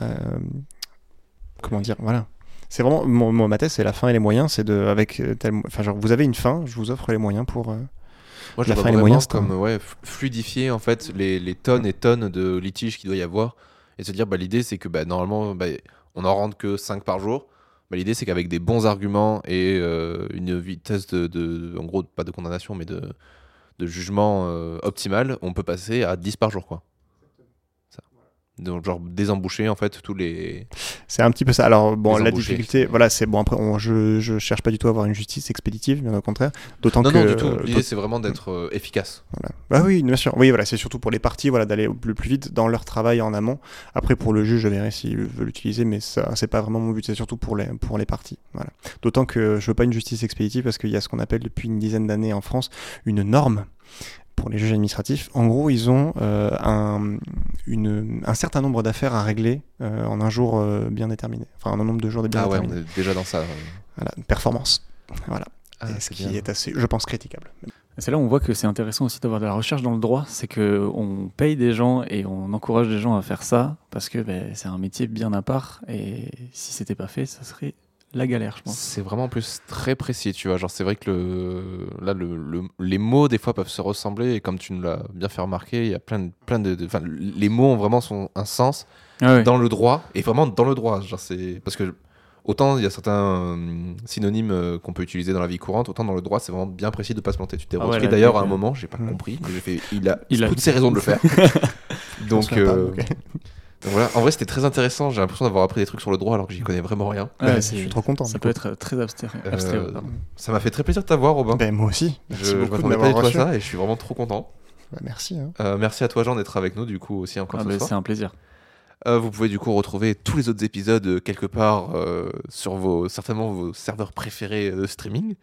comment dire, voilà. C'est vraiment, mon, mon- ma thèse, c'est la fin et les moyens, c'est de, avec, euh, tel, enfin genre, vous avez une fin, je vous offre les moyens pour... euh, Moi je la vois fin et les vraiment moyens, c'est comme ouais, f- fluidifier en fait les, les tonnes et tonnes de litiges qu'il doit y avoir et se dire bah l'idée c'est que bah, normalement bah, on en rentre que cinq par jour. Bah, l'idée c'est qu'avec des bons arguments et euh, une vitesse de, de en gros pas de condamnation mais de de jugement euh, optimal, on peut passer à dix par jour quoi. Ça. Donc genre désemboucher en fait tous les C'est un petit peu ça. Alors bon, Les la embauchés. difficulté, voilà, c'est bon. Après, on- je je cherche pas du tout à avoir une justice expéditive, bien au contraire. D'autant non que non du tout. euh, L'idée c'est vraiment d'être euh, efficace. voilà. Bah oui, bien sûr. Oui, voilà, c'est surtout pour les parties, voilà, d'aller le plus vite dans leur travail en amont. Après, pour le juge, je verrai s'il veut l'utiliser, mais ça, c'est pas vraiment mon but. C'est surtout pour les pour les parties. Voilà. D'autant que je veux pas une justice expéditive parce qu'il y a ce qu'on appelle depuis une dizaine d'années en France une norme pour les juges administratifs. En gros, ils ont euh, un, une, un certain nombre d'affaires à régler euh, en un jour euh, bien déterminé. Enfin, en un nombre de jours bien Ah ouais, on déterminé. est déjà dans ça. euh. Voilà, une performance. Voilà. Ah, Et ce c'est qui bien. est assez, je pense, critiquable. C'est là où on voit que c'est intéressant aussi d'avoir de la recherche dans le droit, c'est que on paye des gens et on encourage des gens à faire ça parce que ben, c'est un métier bien à part et si c'était pas fait, ça serait la galère, je pense. C'est vraiment en plus très précis, tu vois. Genre, c'est vrai que le, là, le, le- les mots, des fois, peuvent se ressembler. Et comme tu nous l'as bien fait remarquer, il y a plein de. Plein de, de- enfin, les mots ont vraiment son, un sens Ah ouais. dans le droit. Et vraiment dans le droit. Genre, c'est, parce que autant il y a certains euh, synonymes euh, qu'on peut utiliser dans la vie courante, autant dans le droit, c'est vraiment bien précis de ne pas se planter. Tu t'es Ah ouais, retrouvé là, d'ailleurs donc, à un euh, moment, j'ai pas hmm. compris. Mais j'ai fait, il a, Il a- toutes ses raisons de le faire. Donc. Je pense pas, euh, ok. donc voilà, en vrai c'était très intéressant, j'ai l'impression d'avoir appris des trucs sur le droit alors que j'y connais vraiment rien. Ouais, Bah, c'est- je suis trop content. Ça du peut coup. être très abstrait. Euh, abstrait, ouais, pardon. Ça m'a fait très plaisir de t'avoir Robin. Ben, moi aussi. je Merci je beaucoup de m'attendais pas du m'avoir tout à reçu. ça et je suis vraiment trop content. Bah, merci. Hein. Euh, merci à toi Jean d'être avec nous du coup aussi encore Ah ce ben, soir. c'est un plaisir. Euh, vous pouvez du coup retrouver tous les autres épisodes euh, quelque part euh, sur vos certainement vos serveurs préférés de streaming.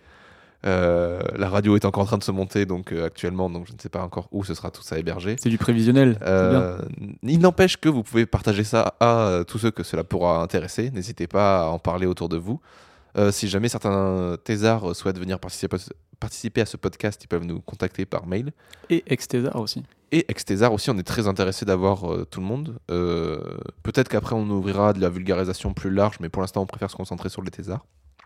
Euh, la radio est encore en train de se monter donc euh, actuellement donc je ne sais pas encore où ce sera tout ça hébergé. C'est du prévisionnel. c'est bien. Euh, il n'empêche que vous pouvez partager ça à euh, tous ceux que cela pourra intéresser. N'hésitez pas à en parler autour de vous. Euh, si jamais certains thésards souhaitent venir participer à, ce, participer à ce podcast, ils peuvent nous contacter par mail. Et ex-thésard aussi. Et ex-thésard aussi, on est très intéressé d'avoir euh, tout le monde. Euh, peut-être qu'après on ouvrira de la vulgarisation plus large, mais pour l'instant on préfère se concentrer sur les thésards.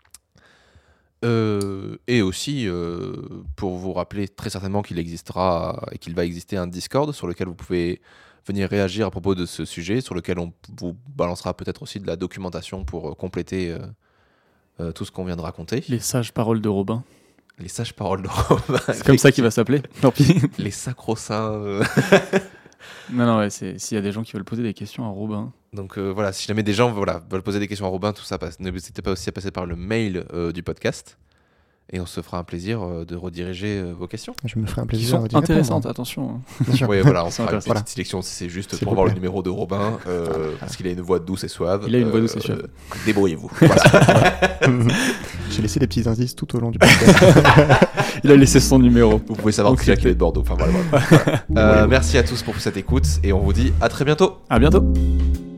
Euh, et aussi, euh, pour vous rappeler très certainement qu'il existera et qu'il va exister un Discord sur lequel vous pouvez venir réagir à propos de ce sujet, sur lequel on vous balancera peut-être aussi de la documentation pour euh, compléter euh, euh, tout ce qu'on vient de raconter. Les sages paroles de Robin. Les sages paroles de Robin. C'est comme ça qu'il va s'appeler. Tant pis. Les sacro-saints. euh. Non, non, ouais, c'est- s'il y a des gens qui veulent poser des questions à Robin. Donc euh, voilà, si jamais des gens voilà, veulent poser des questions à Robin, tout ça, passe. N'hésitez pas aussi à passer par le mail euh, du podcast. Et on se fera un plaisir euh, de rediriger euh, vos questions. Je me ferai un Qui plaisir. sont d'y répondre. intéressantes, attention. hein. Bien sûr. Oui, voilà, on C'est fera une intéressant. petite sélection. C'est juste S'il pour vous avoir le plaît. numéro de Robin, euh, parce qu'il a une voix douce et suave. Il a une voix Euh, douce et suave. euh, Débrouillez-vous. Voilà. J'ai laissé des petits indices tout au long du podcast. Il a laissé son numéro. Vous pouvez savoir que c'est Ok. Jacques, il est de Bordeaux. Enfin, voilà, voilà. Euh, merci à tous pour cette écoute et on vous dit à très bientôt. À bientôt.